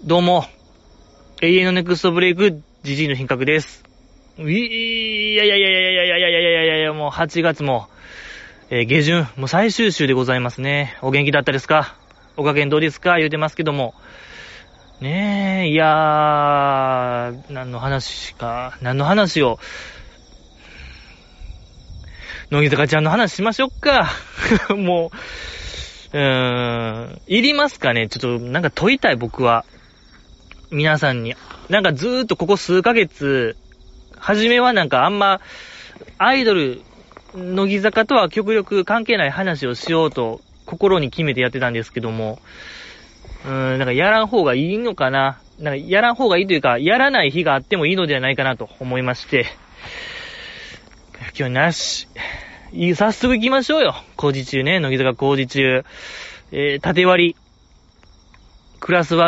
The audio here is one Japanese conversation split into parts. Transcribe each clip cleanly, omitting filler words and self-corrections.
どうも、永遠のネクストブレイク、ジジイの品格です。いや、もう8月も、下旬、もう最終週でございますね。お元気だったですか？お加減どうですか？言うてますけども。ねえ、いやー、何の話を、乃木坂ちゃんの話しましょうか。もう、いりますかね？ちょっと、なんか問いたい、僕は。皆さんに。なんかずーっとここ数ヶ月、初めはなんかあんま、アイドル、乃木坂とは極力関係ない話をしようと、心に決めてやってたんですけども、なんかやらん方がいいのかな。なんかやらん方がいいというか、やらない日があってもいいのではないかなと思いまして、今日なし。早速行きましょうよ。工事中ね、乃木坂工事中。縦割りクラス、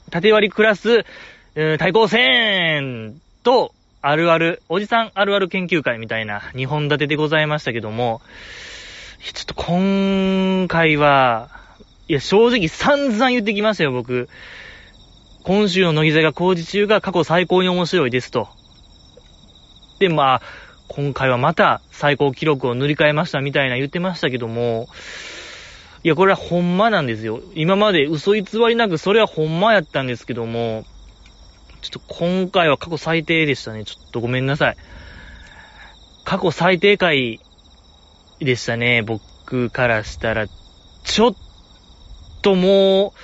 対抗戦と、おじさんあるある研究会みたいな2本立てでございましたけども、ちょっと今回は、いや正直散々言ってきましたよ、僕。今週の乃木坂工事中が過去最高に面白いですと。で、まあ、今回はまた最高記録を塗り替えましたみたいな言ってましたけども、いや、これはほんまなんですよ。今まで嘘偽りなくそれはほんまやったんですけども、ちょっと今回は過去最低でしたね。ちょっとごめんなさい。過去最低回でしたね。僕からしたら。ちょっともう、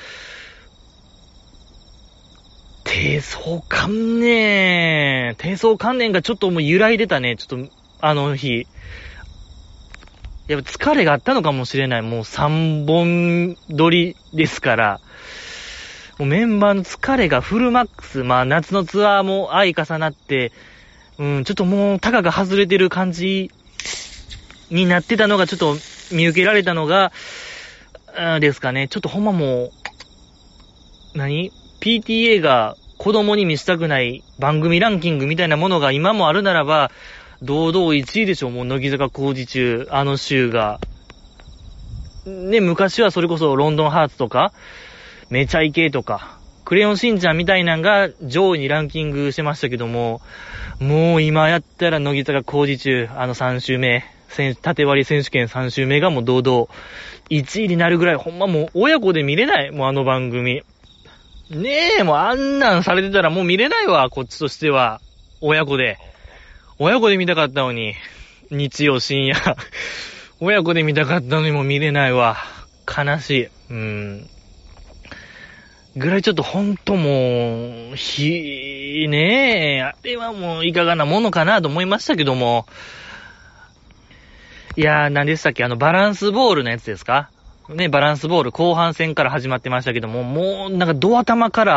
低層観念がちょっともう揺らいでたね。ちょっと、あの日。やっぱ疲れがあったのかもしれない。もう3本撮りですから。もうメンバーの疲れがフルマックス。まあ夏のツアーも相重なって、ちょっともうタガが外れてる感じになってたのがちょっと見受けられたのが、ですかね。ちょっとほんまもう、PTA が子供に見せたくない番組ランキングみたいなものが今もあるならば、堂々1位でしょ、もう乃木坂工事中、あの週が。ね、昔はそれこそロンドンハーツとか、めちゃイケとか、クレヨンしんちゃんみたいなんが上位にランキングしてましたけども、もう今やったら乃木坂工事中、3週目、縦割り選手権3週目がもう堂々1位になるぐらい、ほんまもう親子で見れない、もうあの番組。ねえ、もうあんなんされてたらもう見れないわ、こっちとしては。親子で見たかったのに、日曜深夜。親子で見たかったのにも見れないわ。悲しい。ぐらいちょっとほんともう、ねえ、あれはもういかがなものかなと思いましたけども。いやー、何でしたっけ？バランスボールのやつですか？ね、バランスボール後半戦から始まってましたけども、もうなんかドア玉から、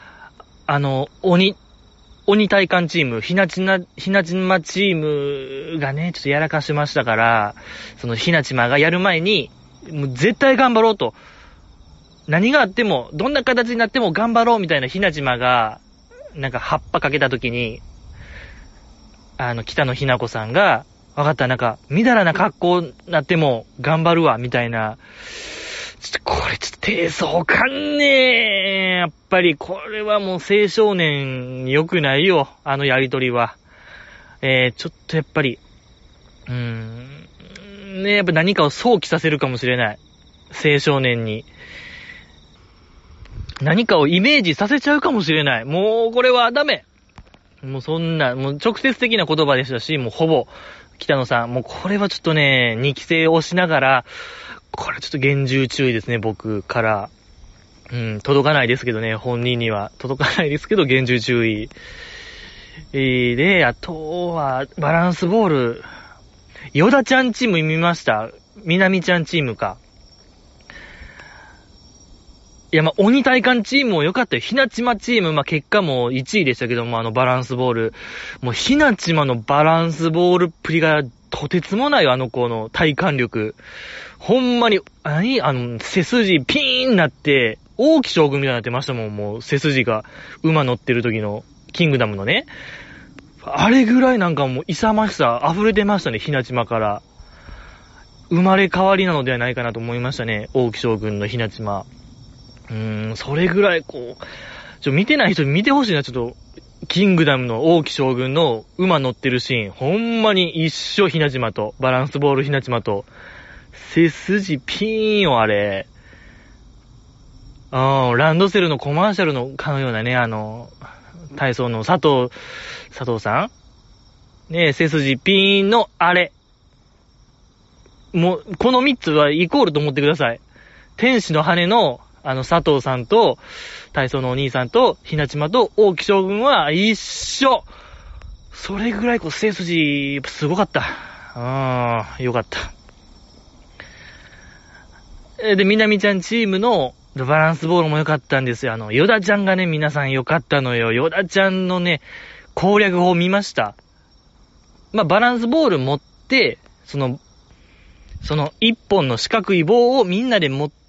鬼体感チーム、ひなちまチームがね、ちょっとやらかしましたから、そのひなちまがやる前に、もう絶対頑張ろうと。何があっても、どんな形になっても頑張ろうみたいなひなちまが、なんか葉っぱかけた時に、北野ひな子さんが、わかった、なんか、みだらな格好になっても頑張るわ、みたいな。これちょっと低層観念。やっぱりこれはもう青少年に良くないよ。あのやりとりは。ちょっとやっぱり、やっぱ何かを想起させるかもしれない。青少年に。何かをイメージさせちゃうかもしれない。もうこれはダメ。もうそんな、もう直接的な言葉でしたし、もうほぼ、北野さん、もうこれはちょっとね、2期生をしながら、これちょっと厳重注意ですね、僕から。届かないですけどね、本人には。届かないですけど、厳重注意。で、あとは、バランスボール。ヨダちゃんチーム見ました？みなみちゃんチームか。いや、鬼体感チームも良かったよ。ひなちまチーム、結果も1位でしたけども、バランスボール。もう、ひなちまのバランスボールっぷりが、とてつもないよ、あの子の体感力。ほんまに、背筋ピーンなって、大木将軍みたいになってましたもん、もう、背筋が、馬乗ってる時の、キングダムのね。あれぐらいなんかもう、勇ましさ溢れてましたね、ひなちまから。生まれ変わりなのではないかなと思いましたね、大木将軍のひなちま。それぐらい見てない人に見てほしいな、ちょっと。キングダムの王騎将軍の馬乗ってるシーン、ほんまに一緒ひなじまと、バランスボールひなじまと、背筋ピーンよ、あれ。ランドセルのコマーシャルのかのようなね、体操の佐藤さんね、背筋ピーンのあれ。もう、この3つはイコールと思ってください。天使の羽の、佐藤さんと、体操のお兄さんと、ひなちまと、王騎将軍は一緒。それぐらい背筋、すごかった。よかった。で、みなみちゃんチームのバランスボールも良かったんですよ。ヨダちゃんがね、皆さん良かったのよ。ヨダちゃんのね、攻略法見ました。バランスボール持って、その一本の四角い棒をみんなで持って、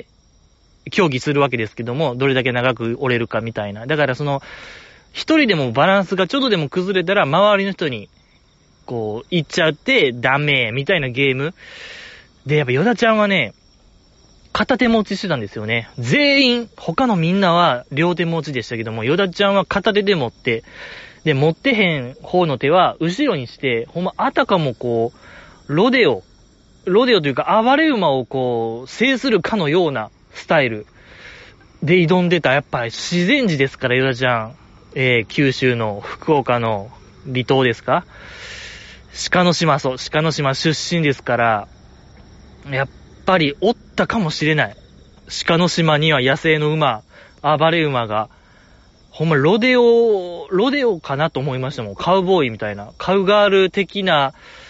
競技するわけですけども、どれだけ長く折れるかみたいな。だから一人でもバランスがちょっとでも崩れたら、周りの人に、行っちゃって、ダメ、みたいなゲーム。で、やっぱヨダちゃんはね、片手持ちしてたんですよね。全員、他のみんなは両手持ちでしたけども、ヨダちゃんは片手で持って、で、持ってへん方の手は後ろにして、ほんまあたかもロデオというか暴れ馬を制するかのようなスタイルで挑んでた。やっぱり自然児ですから、ヨダちゃん。九州の福岡の離島ですか？鹿の島出身ですから、やっぱりおったかもしれない。鹿の島には野生の馬、暴れ馬が、ほんまロデオかなと思いましたもん。カウボーイみたいな、カウガール的な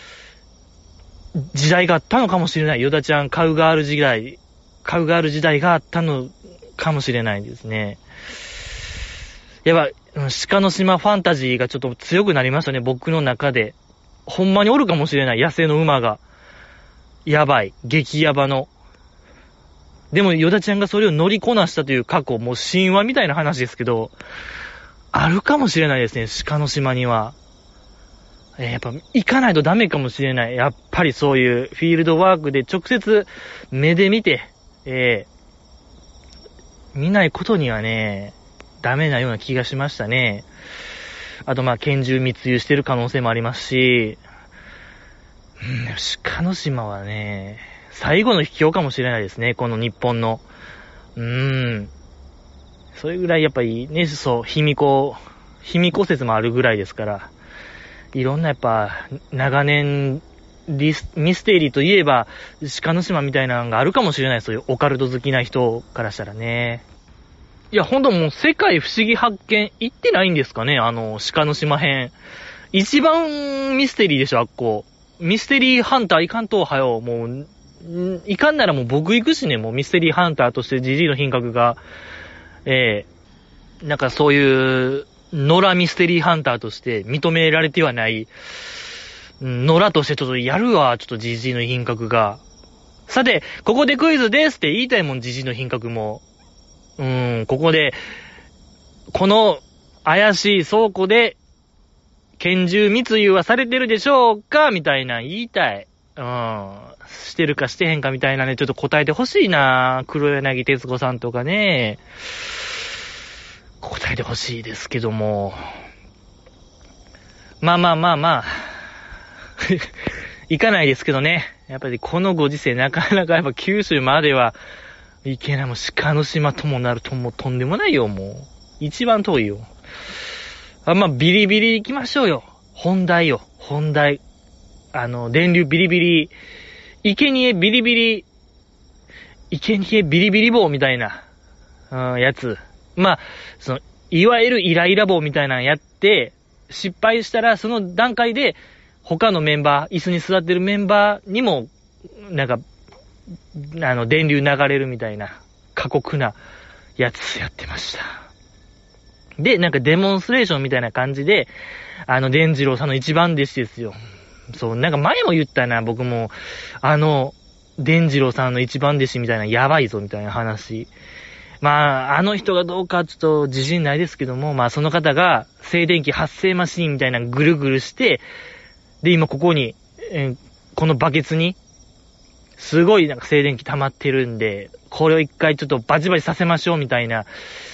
時代があったのかもしれない。ヨダちゃんカウガール時代があったのかもしれないですね。やばい、鹿の島ファンタジーがちょっと強くなりましたね、僕の中で。ほんまにおるかもしれない、野生の馬が。やばい、激ヤバの。でもヨダちゃんがそれを乗りこなしたという過去、もう神話みたいな話ですけど、あるかもしれないですね、鹿の島には。やっぱ行かないとダメかもしれない。やっぱりそういうフィールドワークで直接目で見て、見ないことにはね、ダメなような気がしましたね。あと拳銃密輸してる可能性もありますし、鹿の島はね、最後の秘境かもしれないですね、この日本の。それぐらいやっぱりね、卑弥呼説もあるぐらいですから、いろんなやっぱ、長年、ミステリーといえば、鹿の島みたいなのがあるかもしれない。そういうオカルト好きな人からしたらね。いや、ほんともう世界不思議発見行ってないんですかね、鹿の島編。一番ミステリーでしょ、あっこ。ミステリーハンター行かんとはよ、もう、行かんならもう僕行くしね、もうミステリーハンターとしてジジイの品格が、なんかそういう、野良ミステリーハンターとして認められてはない、野良としてちょっとやるわ、ちょっとジジイの品格が。さて、ここでクイズですって言いたいもん、ジジイの品格も。ここで、この怪しい倉庫で、拳銃密輸はされてるでしょうかみたいな言いたい。してるかしてへんかみたいなね、ちょっと答えてほしいな。黒柳徹子さんとかね。答えてほしいですけども。まあ。行かないですけどね。やっぱりこのご時世なかなかやっぱ九州までは行けない。もう鹿の島ともなるともうとんでもないよ、もう。一番遠いよ。ビリビリ行きましょうよ。本題。電流ビリビリ、生贄ビリビリ棒みたいな、やつ。いわゆるイライラ棒みたいなのやって、失敗したらその段階で、他のメンバー、椅子に座ってるメンバーにも、電流流れるみたいな、過酷なやつやってました。で、デモンストレーションみたいな感じで、伝次郎さんの一番弟子ですよ。そう、前も言ったな、僕も、伝次郎さんの一番弟子みたいな、やばいぞみたいな話。あの人がどうかちょっと自信ないですけども、その方が静電気発生マシーンみたいなのぐるぐるして、で、今ここに、このバケツに、すごい静電気溜まってるんで、これを一回ちょっとバチバチさせましょうみたいな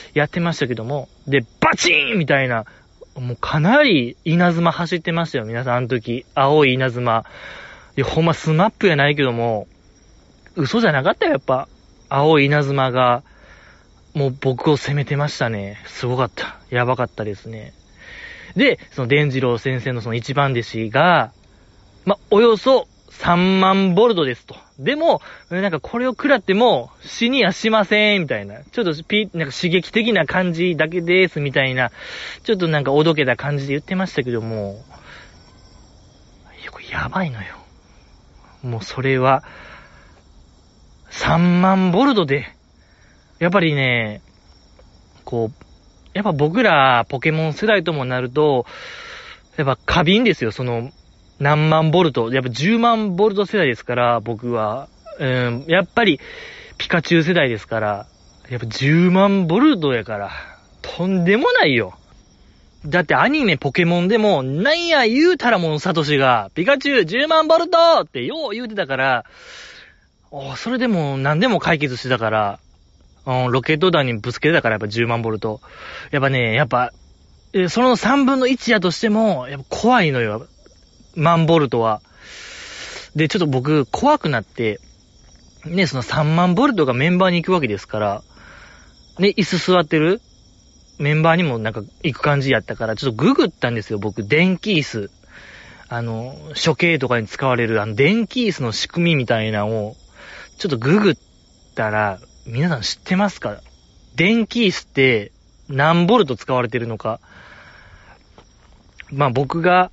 やってましたけども、で、バチーンみたいな、もうかなり稲妻走ってましたよ、皆さん、あの時。青い稲妻。いや、ほんまスマップやないけども、嘘じゃなかったよ、やっぱ。青い稲妻が、もう僕を攻めてましたね。すごかった。やばかったですね。で、その伝次郎先生のその一番弟子が、およそ3万ボルトですと。でも、なんかこれを食らっても死にはしません、みたいな。ちょっとなんか刺激的な感じだけです、みたいな。ちょっとなんかおどけた感じで言ってましたけども、いや、これやばいのよ。もうそれは、3万ボルトで、やっぱりね、こう、やっぱ僕らポケモン世代ともなると、やっぱ過敏ですよ、その、何万ボルト。やっぱ10万ボルト世代ですから、僕は。やっぱり、ピカチュウ世代ですから、やっぱ10万ボルトやから、とんでもないよ。だってアニメポケモンでも、なんや言うたらもうサトシが、ピカチュウ10万ボルトってよう言うてたから、それでも何でも解決してたから、ロケット弾にぶつけてたからやっぱ10万ボルト。やっぱね、その3分の1やとしても、やっぱ怖いのよ。万ボルトは。で、ちょっと僕、怖くなって、ね、その3万ボルトがメンバーに行くわけですから、ね、椅子座ってるメンバーにもなんか行く感じやったから、ちょっとググったんですよ、僕、電気椅子。処刑とかに使われる電気椅子の仕組みみたいなのを、ちょっとググったら、皆さん知ってますか？電気椅子って何ボルト使われてるのか。僕が、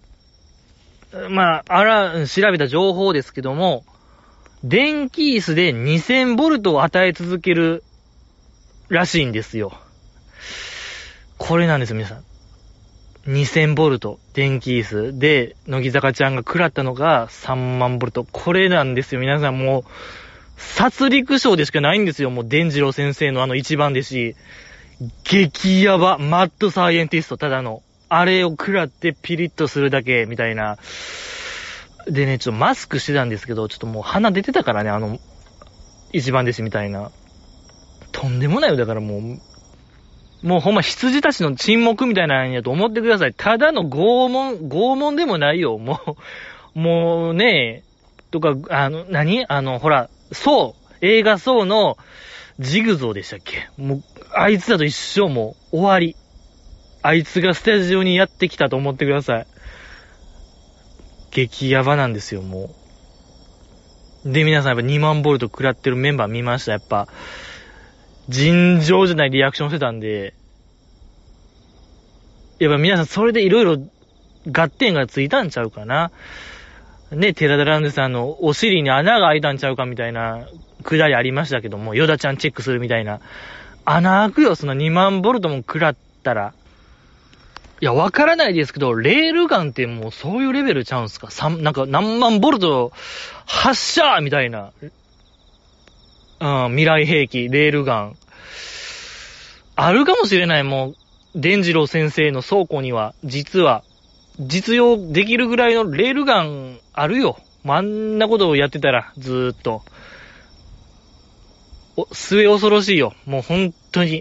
調べた情報ですけども、電気椅子で2000ボルトを与え続けるらしいんですよ。これなんですよ、皆さん。2000ボルト、電気椅子で、乃木坂ちゃんが食らったのが3万ボルト。これなんですよ、皆さんもう、殺戮賞でしかないんですよ、もう、伝次郎先生の一番弟子。激ヤバ、マッドサイエンティスト、ただの。あれを食らってピリッとするだけ、みたいな。でね、ちょっとマスクしてたんですけど、ちょっともう鼻出てたからね、一番弟子みたいな。とんでもないよ、だからもうほんま羊たちの沈黙みたいなんやと思ってください。ただの拷問でもないよ、もうね、とか、ほら、映画のジグゾーでしたっけ？もう、あいつだと一生もう終わり。あいつがスタジオにやってきたと思ってください。激ヤバなんですよ、もう。で、皆さんやっぱ2万ボルト食らってるメンバー見ました。やっぱ、尋常じゃないリアクションしてたんで、やっぱ皆さんそれでいろいろ合点がついたんちゃうかな。ね、テラダランドさんのお尻に穴が開いたんちゃうかみたいなくだりありましたけども、ヨダちゃんチェックするみたいな。穴開くよ、その2万ボルトも食らったら。いや、わからないですけど、レールガンってもうそういうレベルちゃうんすか？なんか何万ボルト発射みたいな。未来兵器、レールガン。あるかもしれない、もう、伝次郎先生の倉庫には、実は、実用できるぐらいのレールガンあるよ。あんなことをやってたら、ずーっと。末恐ろしいよ。もう本当に。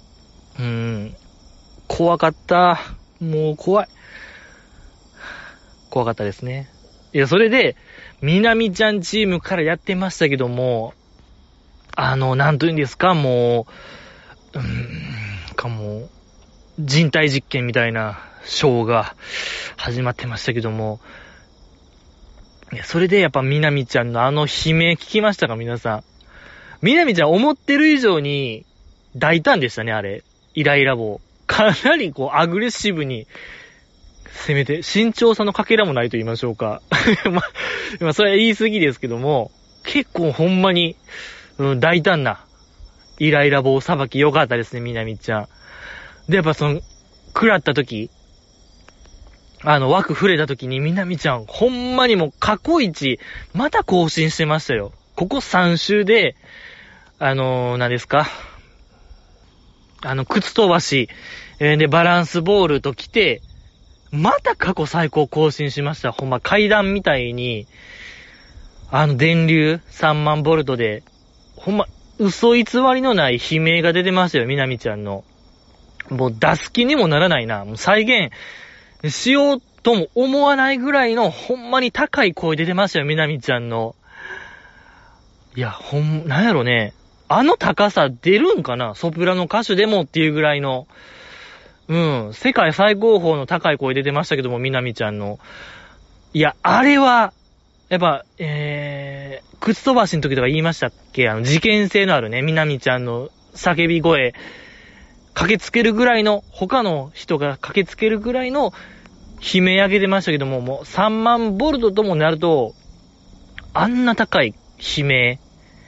怖かった。もう怖い。怖かったですね。いや、それで、みなみちゃんチームからやってましたけども、なんと言うんですか、もう、人体実験みたいなショーが始まってましたけども、いや、それでやっぱみなみちゃんの悲鳴聞きましたか、皆さん。みなみちゃん思ってる以上に大胆でしたね、あれ。イライラ棒。かなりアグレッシブに攻めて、慎重さのかけらもないと言いましょうか。それは言い過ぎですけども、結構ほんまに、大胆なイライラ棒さばき良かったですね、みなみちゃん。で、やっぱ食らった時、枠触れた時にみなみちゃん、ほんまにもう過去一、また更新してましたよ。ここ3週で、何ですか？靴飛ばし、で、バランスボールと来て、また過去最高更新しました。ほんま階段みたいに、電流3万ボルトで、ほんま、嘘偽りのない悲鳴が出てましたよ、みなみちゃんの。 もう出す気にもならないな。もう再現しようとも思わないぐらいのほんまに高い声出てましたよ、みなみちゃんの。いや、なんやろね。あの高さ出るんかな、ソプラノ歌手でもっていうぐらいの。世界最高峰の高い声出てましたけども、みなみちゃんの。いや、あれは、やっぱ、靴飛ばしの時とか言いましたっけ、事件性のあるね、みなみちゃんの叫び声、駆けつけるぐらいの、他の人が駆けつけるぐらいの悲鳴上げてましたけども、もう3万ボルトともなると、あんな高い悲鳴、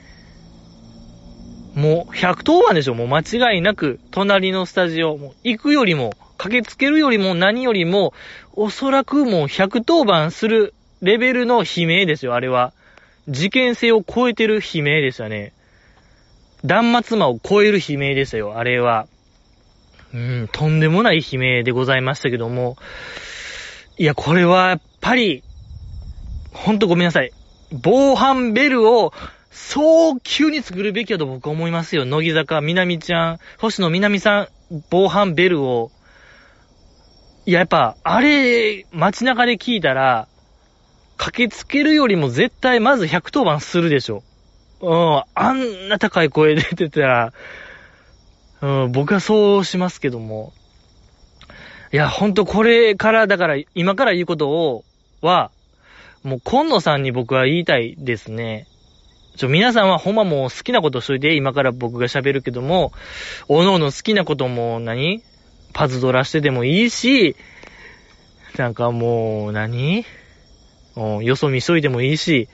もう110番でしょ、もう間違いなく、隣のスタジオ、もう行くよりも、駆けつけるよりも何よりも、おそらくもう110番するレベルの悲鳴ですよ、あれは。事件性を超えてる悲鳴でしたね。断末魔を超える悲鳴でしたよ、あれは。とんでもない悲鳴でございましたけども。いや、これはやっぱり、ほんとごめんなさい。防犯ベルを早急に作るべきだと僕は思いますよ。乃木坂、みなみちゃん、星野みなみさん、防犯ベルを。いや、やっぱ、あれ、街中で聞いたら、駆けつけるよりも絶対まず110番するでしょ。あんな高い声出てたら、僕はそうしますけども。いや、ほんとこれから、だから今から言うことは、もう今野さんに僕は言いたいですね。皆さんはほんまもう好きなことしといて、今から僕が喋るけども、おのおの好きなこともパズドラしてでもいいし、なんかもうよそ見しといてもいいし、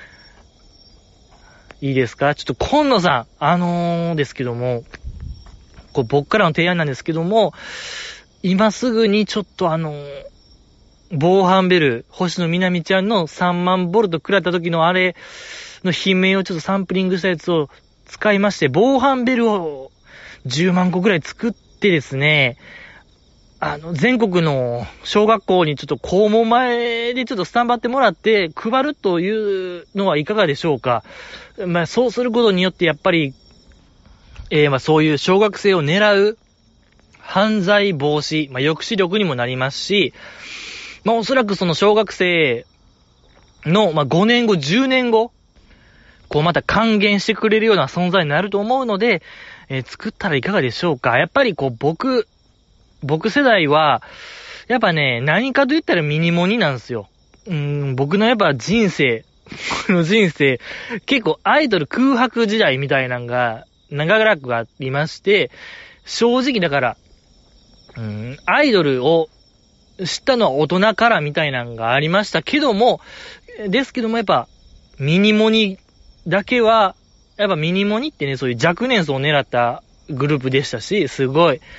いいですか？ちょっと今野さん、ですけども、僕からの提案なんですけども、今すぐにちょっと防犯ベル、星野みなみちゃんの3万ボルト食らった時のあれの悲鳴をちょっとサンプリングしたやつを使いまして、防犯ベルを10万個くらい作ってですね、全国の小学校にちょっと校門前でちょっとスタンバってもらって配るというのはいかがでしょうか。そうすることによってやっぱり、そういう小学生を狙う犯罪防止、抑止力にもなりますし、おそらくその小学生の、5年後、10年後、また還元してくれるような存在になると思うので、作ったらいかがでしょうか。やっぱり僕世代は、やっぱね、何かと言ったらミニモニなんですよ。僕のやっぱ人生、結構アイドル空白時代みたいなのが長らくありまして、正直だから、アイドルを知ったのは大人からみたいなのがありましたけども、ですけどもやっぱ、ミニモニだけは、やっぱミニモニってね、そういう若年層を狙ったグループでしたし、すごい、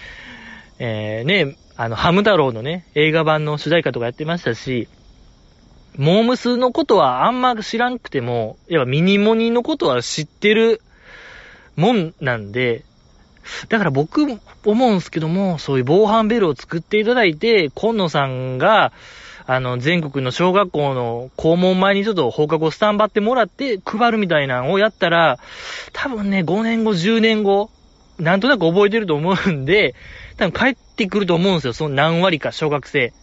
ハム太郎のね、映画版の主題歌とかやってましたし、モームスのことはあんま知らんくても、やっぱミニモニのことは知ってるもんなんで、だから僕思うんすけども、そういう防犯ベルを作っていただいて、今野さんが、全国の小学校の校門前にちょっと放課後スタンバってもらって配るみたいなのをやったら、多分ね、5年後、10年後、なんとなく覚えてると思うんで、多分帰ってくると思うんですよ。その何割か小学生。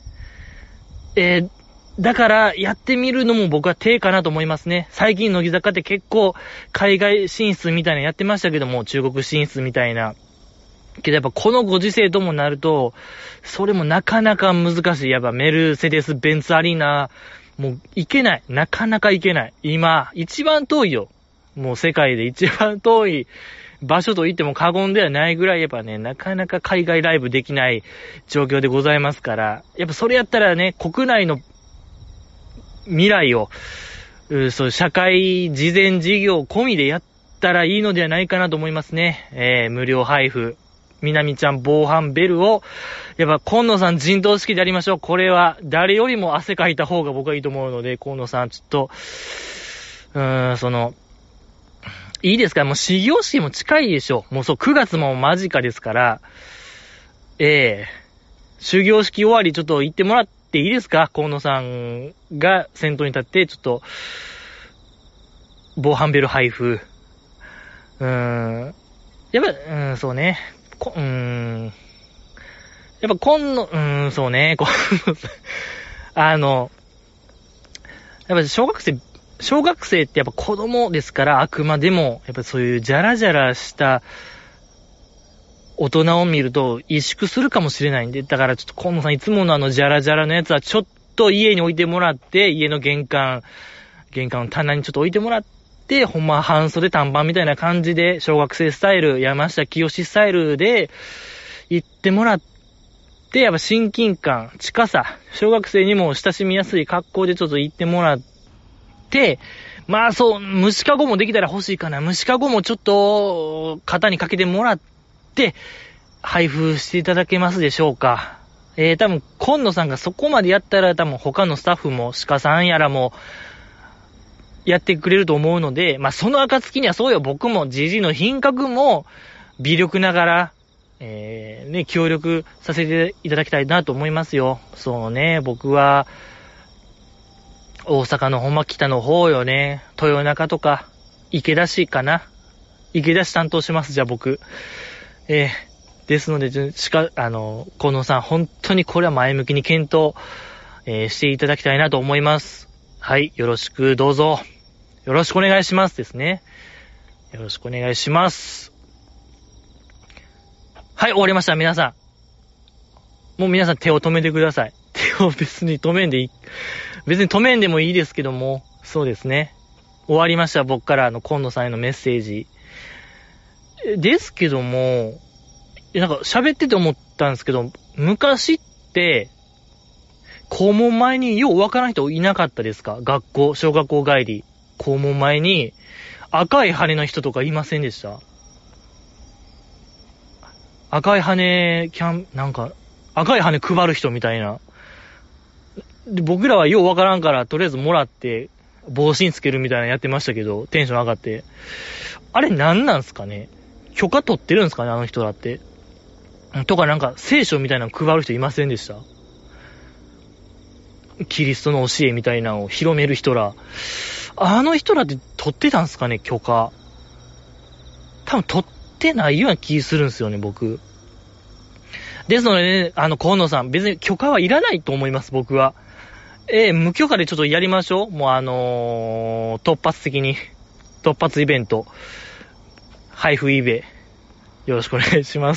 だからやってみるのも僕は手かなと思いますね。最近乃木坂って結構海外進出みたいなのやってましたけども、中国進出みたいな。けどやっぱこのご時世ともなると、それもなかなか難しい。やっぱメルセデス・ベンツアリーナ、もう行けない。なかなか行けない。今、一番遠いよ。もう世界で一番遠い場所と言っても過言ではないぐらいやっぱね、なかなか海外ライブできない状況でございますから、やっぱそれやったらね、国内の未来を、そう社会事前事業込みでやったらいいのではないかなと思いますね。無料配布。みなみちゃん防犯ベルを、やっぱ今野さん陣頭指揮でやりましょう。これは誰よりも汗かいた方が僕はいいと思うので、今野さんちょっと、いいですか？もう始業式も近いでしょ。もう9月も間近ですから、終業式終わりちょっと行ってもらっていいですか？河野さんが先頭に立って、ちょっと、防犯ベル配布。やっぱ、そうね。 やっぱそうね、やっぱ小学生ってやっぱ子供ですから、あくまでも、やっぱそういうジャラジャラした大人を見ると萎縮するかもしれないんで、だからちょっと今野さんいつものジャラジャラのやつはちょっと家に置いてもらって、家の玄関の棚にちょっと置いてもらって、ほんま半袖短パンみたいな感じで、小学生スタイル、山下清スタイルで行ってもらって、やっぱ親近感、近さ、小学生にも親しみやすい格好でちょっと行ってもらって、まあそう、虫かごもできたら欲しいかな。虫かごもちょっと肩にかけてもらって、配布していただけますでしょうか。多分、今野さんがそこまでやったら多分他のスタッフも鹿さんやらもやってくれると思うので、まあその暁にはそうよ、僕もじじの品格も微力ながら、協力させていただきたいなと思いますよ。そうね、僕は、大阪のほんま北の方よね。豊中とか、池田市かな。池田市担当します、じゃあ僕。ですので、河野さん、本当にこれは前向きに検討、していただきたいなと思います。はい、よろしくどうぞ。よろしくお願いしますですね。よろしくお願いします。はい、終わりました、皆さん。もう皆さん手を止めてください。手を別に止めんでいい。別に止めんでもいいですけども、そうですね。終わりました、僕から河野さんへのメッセージ。ですけども、なんか喋ってて思ったんですけど、昔って、校門前にようわからん人いなかったですか？小学校帰り。校門前に赤い羽の人とかいませんでした？赤い羽配る人みたいな。で、僕らはようわからんから、とりあえずもらって、帽子につけるみたいなのやってましたけど、テンション上がって。あれなんなんすかね？許可取ってるんすかね、あの人だって。とかなんか、聖書みたいなの配る人いませんでした？キリストの教えみたいなのを広める人ら。あの人らって取ってたんすかね、許可。多分取ってないような気するんすよね、僕。ですのでね、河野さん、別に許可はいらないと思います、僕は。無許可でちょっとやりましょう。もう突発イベント、配布イベ、よろしくお願いします。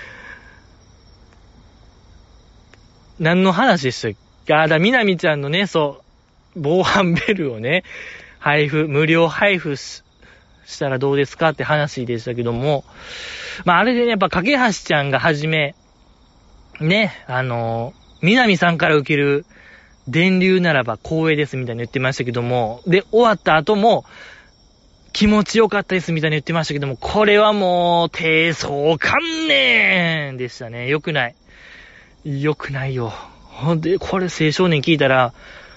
何の話でしたっけ？みなみちゃんのね、防犯ベルをね、無料配布したらどうですかって話でしたけども、まあ、あれでね、やっぱ、架橋ちゃんがはじめ、ね、みなみさんから受ける電流ならば光栄ですみたいに言ってましたけども、で、終わった後も、気持ちよかったですみたいに言ってましたけども、これはもう、低層観念でしたね。よくない。よくないよ。ほんで、これ青少年聞いたら、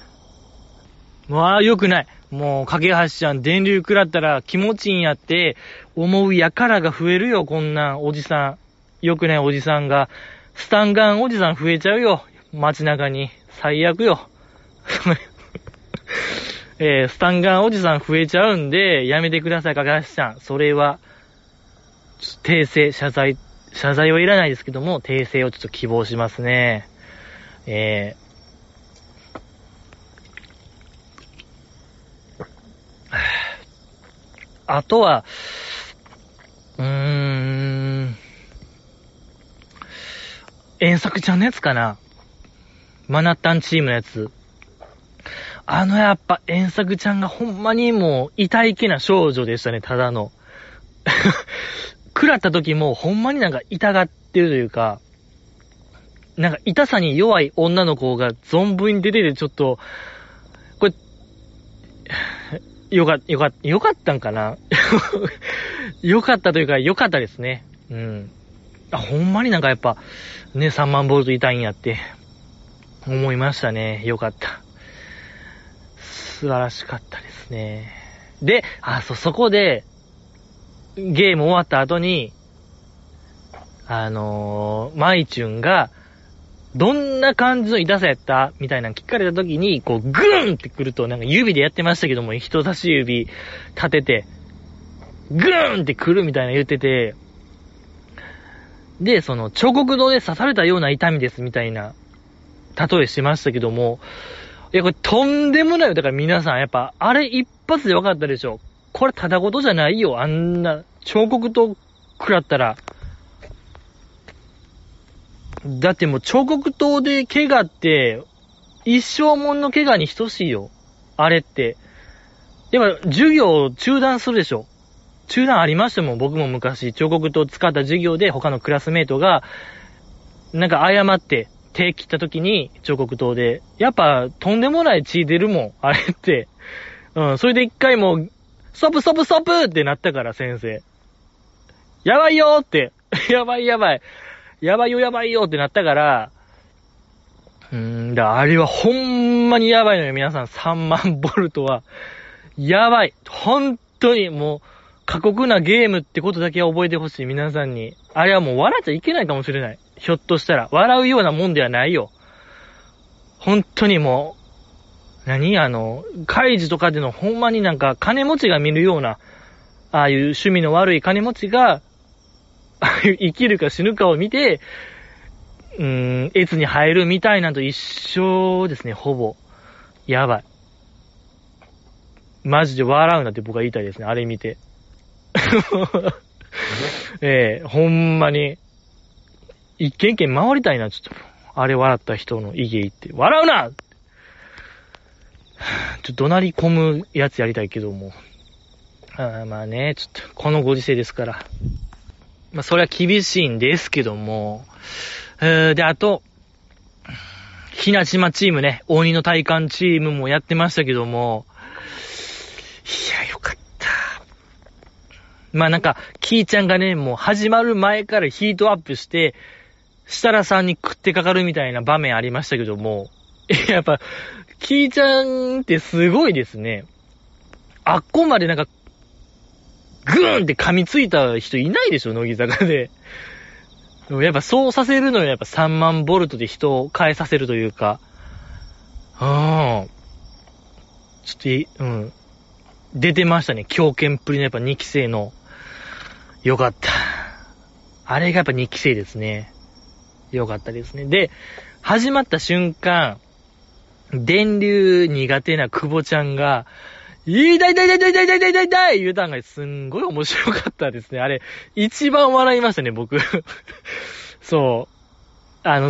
よくない。もう、架橋ちゃん、電流食らったら気持ちいいんやって、思うやからが増えるよ、こんなん、おじさん。よくないおじさんが。スタンガンおじさん増えちゃうよ。街中に。最悪よ。スタンガンおじさん増えちゃうんで、やめてください、架橋ちゃん。それは、訂正、謝罪はいらないですけども、訂正をちょっと希望しますね。あとは、遠作ちゃんのやつかな。マナッタンチームのやつ。やっぱ遠作ちゃんがほんまにもう痛い気な少女でしたね、ただの。食らった時もほんまになんか痛がってるというか、なんか痛さに弱い女の子が存分に出ててちょっと、これ、よかったんかなよかったというか、よかったですね。うん。ほんまになんかやっぱ、ね、3万ボルト痛いんやって、思いましたね。よかった。素晴らしかったですね。で、そこで、ゲーム終わった後に、マイチュンが、どんな感じの痛さやったみたいなの聞かれた時に、こう、グーンってくると、なんか指でやってましたけども、人差し指立てて、グーンってくるみたいな言ってて、 で、その彫刻刀で刺されたような痛みですみたいな例えしましたけども、いや、これとんでもないよ。だから皆さん、やっぱ、あれ一発で分かったでしょ。これただ事じゃないよ。あんな、彫刻刀食らったら。だってもう彫刻刀で怪我って、一生もんの怪我に等しいよ。あれって。やっぱ、授業中断するでしょ。中断ありましたもん。僕も昔、彫刻刀使った授業で他のクラスメイトが、なんか誤って、手切った時に彫刻刀で、やっぱとんでもない血出るもん、あれって。それで一回もう、ストップストップストップってなったから先生。やばいよーって。やばいやばい。やばいよやばいよってなったから、あれはほんまにやばいのよ、皆さん。3万ボルトは。やばい。本当にもう、過酷なゲームってことだけは覚えてほしい、皆さんに。あれはもう笑っちゃいけないかもしれない。ひょっとしたら。笑うようなもんではないよ。本当にもう、カイジとかでのほんまになんか金持ちが見るような、ああいう趣味の悪い金持ちが、生きるか死ぬかを見て、越に入るみたいなのと一緒ですね、ほぼ。やばい。マジで笑うなって僕は言いたいですね、あれ見て。ほんまに。一軒一軒回りたいな、ちょっと。あれ笑った人の家行って。笑うな怒鳴り込むやつやりたいけども。まあね、ちょっと、このご時世ですから。まあ、それは厳しいんですけども。で、あと、ひなちまチームね、鬼の体感チームもやってましたけども。いや、よかった。まあなんか、キーちゃんがね、もう始まる前からヒートアップして、設楽さんに食ってかかるみたいな場面ありましたけども、やっぱ、キーちゃんってすごいですね。あっこまでなんか、グーンって噛みついた人いないでしょ、乃木坂で。でもやっぱそうさせるのよ、やっぱ3万ボルトで人を変えさせるというか。ちょっと、出てましたね、狂犬っぷりのやっぱ2期生の。よかった。あれがやっぱ2期生ですね。よかったですね。で、始まった瞬間、電流苦手な久保ちゃんが、痛い痛い痛い痛い痛い痛い痛い痛い痛い言うたんがすんごい面白かったですね。あれ、一番笑いましたね、僕。そう。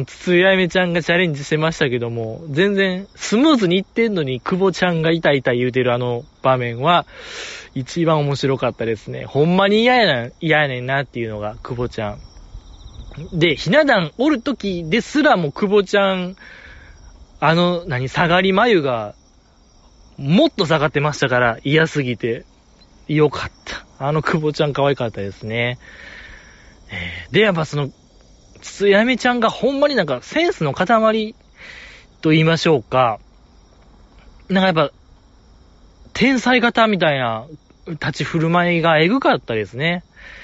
つつやめちゃんがチャレンジしてましたけども、全然スムーズにいってんのに、久保ちゃんが痛い痛い言うてるあの場面は、一番面白かったですね。ほんまに嫌やねんなっていうのが、久保ちゃん。で、ひな壇おるときですらも久保ちゃん、下がり眉が、もっと下がってましたから、嫌すぎて。よかった。久保ちゃん可愛かったですね。で、やっぱつつやめちゃんがほんまになんかセンスの塊と言いましょうか。なんかやっぱ、天才型みたいな立ち振る舞いがエグかったですね。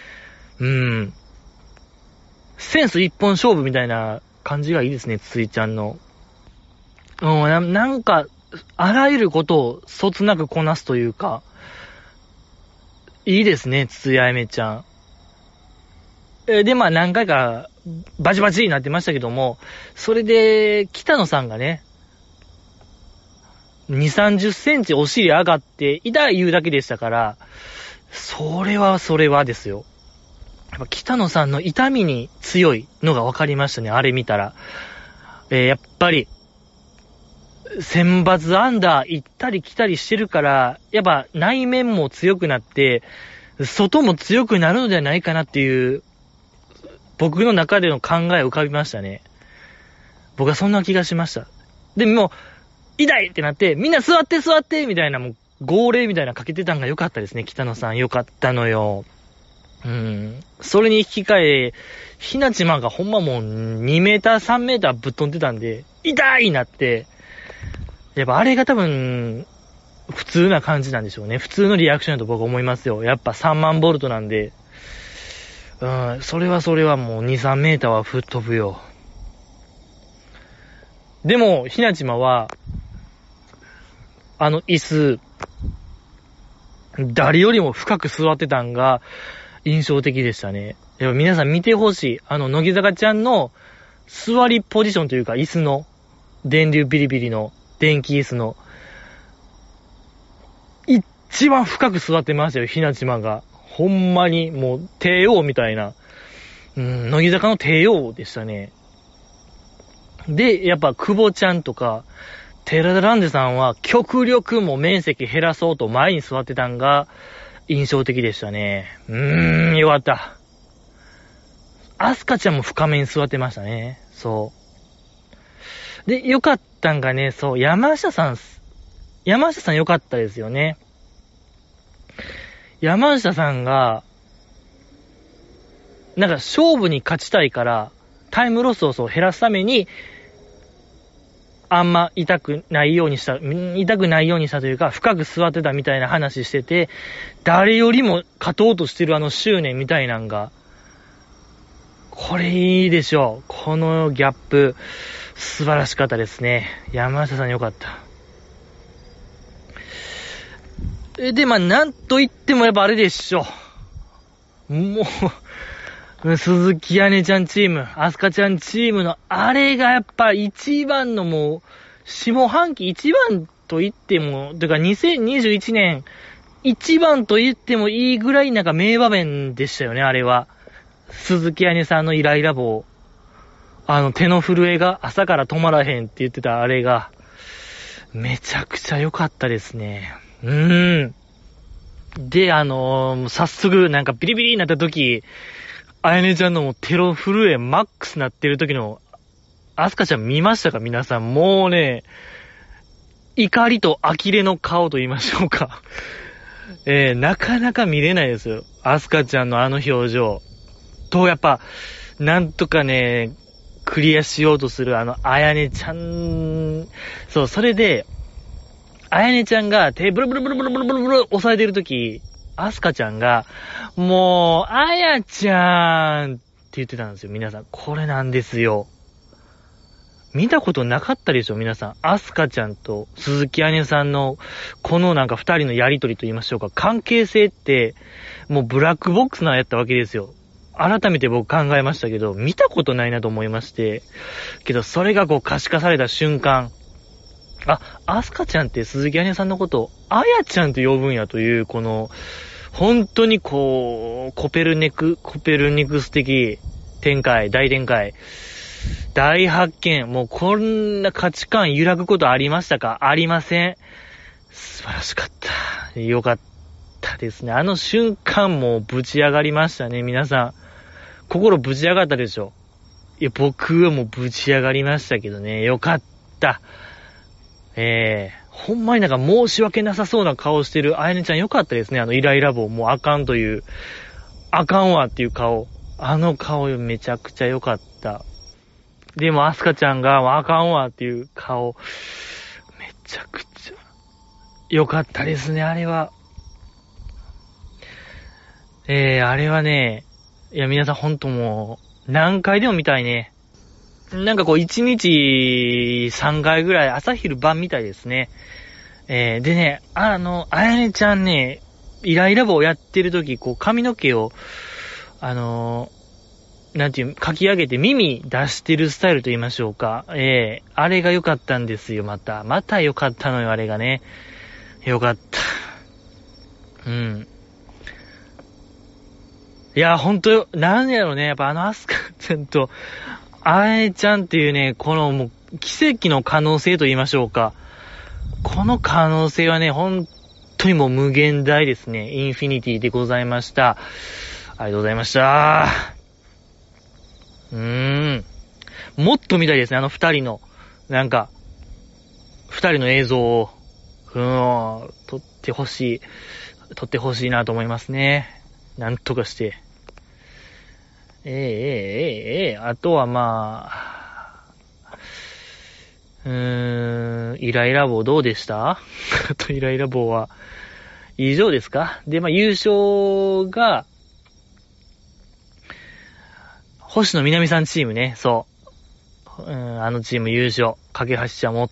センス一本勝負みたいな感じがいいですね、つついちゃんの。なんか、あらゆることをそつなくこなすというか、いいですね、つつやめちゃん。で、まあ何回かバチバチになってましたけども、それで、北野さんがね、2、30センチお尻上がって、痛い言うだけでしたから、それはですよ。やっぱ北野さんの痛みに強いのが分かりましたね、あれ見たら。やっぱり、選抜アンダー行ったり来たりしてるから、やっぱ内面も強くなって、外も強くなるのではないかなっていう、僕の中での考えを浮かびましたね。僕はそんな気がしました。でも、痛いってなって、みんな座って座ってみたいな、もう号令みたいなかけてたんが良かったですね、北野さん。良かったのよ。それに引き換え、ひなちまがほんまもう2メーター3メーターぶっ飛んでたんで、痛いなって、やっぱあれが多分、普通な感じなんでしょうね。普通のリアクションだと僕は思いますよ。やっぱ3万ボルトなんで、それはもう2、3メーターは吹っ飛ぶよ。でも、ひなちまは、椅子、誰よりも深く座ってたんが印象的でしたね。 いや、皆さん見てほしい。乃木坂ちゃんの座りポジションというか、椅子の、電流ビリビリの、電気椅子の、一番深く座ってましたよ、ひなちまが。ほんまに、もう、帝王みたいな。乃木坂の帝王でしたね。で、やっぱ、久保ちゃんとか、寺田ランジさんは、極力も面積減らそうと前に座ってたんが、印象的でしたね。よかった。アスカちゃんも深めに座ってましたね。そう。で、よかったんがね、そう、山下さんよかったですよね。山下さんが、なんか勝負に勝ちたいから、タイムロスを減らすために、あんま痛くないようにしたというか、深く座ってたみたいな話してて、誰よりも勝とうとしてる執念みたいなんが、これいいでしょう。このギャップ、素晴らしかったですね。山下さんよかった。で、なんと言ってもやっぱあれでしょう。もう、鈴木屋根ちゃんチーム、アスカちゃんチームのあれがやっぱ一番のもう、下半期一番と言っても、というか2021年一番と言ってもいいぐらいなんか名場面でしたよね、あれは。鈴木屋根さんのイライラ棒。手の震えが朝から止まらへんって言ってたあれが、めちゃくちゃ良かったですね。で、早速なんかビリビリになった時、あやねちゃんのもう手の震えマックスなってる時の、アスカちゃん見ましたか皆さん。もうね、怒りと呆れの顔と言いましょうか。なかなか見れないですよ。アスカちゃんのあの表情。と、やっぱ、なんとかね、クリアしようとするあやねちゃん、そう、それで、あやねちゃんが手ブルブルブルブルブルブルブル押さえてるとき、アスカちゃんが、もう、あやちゃんって言ってたんですよ、皆さん。これなんですよ。見たことなかったでしょ、皆さん。アスカちゃんと鈴木あねさんの、このなんか二人のやりとりと言いましょうか。関係性って、もうブラックボックスなやったわけですよ。改めて僕考えましたけど、見たことないなと思いまして。けど、それがこう可視化された瞬間、アスカちゃんって鈴木あねさんのことを、あやちゃんと呼ぶんやという、この、本当にこう、コペルニクス的大展開。大発見。もうこんな価値観揺らぐことありましたか？ありません。素晴らしかった。よかったですね。あの瞬間もうぶち上がりましたね、皆さん。心ぶち上がったでしょ。いや、僕はもうぶち上がりましたけどね。よかった。ほんまになんか申し訳なさそうな顔してるあやねちゃんよかったですね。イライラ棒もうあかんという、あかんわっていう顔。あの顔めちゃくちゃよかった。でもアスカちゃんがあかんわっていう顔、めちゃくちゃよかったですね、あれは。あれはね、いや皆さんほんともう、何回でも見たいね。なんかこう1日3回ぐらい朝昼晩みたいですね。でね、あやねちゃんね、イライラ棒をやってる時、こう髪の毛を、なんていう、かき上げて耳出してるスタイルと言いましょうか。あれが良かったんですよ、また。また良かったのよ、あれがね。良かった。いや、ほんと、なんやろね、やっぱアスカちゃんと、あやねちゃんっていうね、このもう、奇跡の可能性と言いましょうか。この可能性はね、本当にもう無限大ですね。インフィニティでございました。ありがとうございました。もっと見たいですね、二人の。なんか、二人の映像を、撮ってほしいなと思いますね。なんとかして。あとはまあ、イライラ棒どうでしたあとイライラ棒は、以上ですか？で、優勝が、星野みなみさんチームね、そう。あのチーム優勝。架橋ちゃんもおった。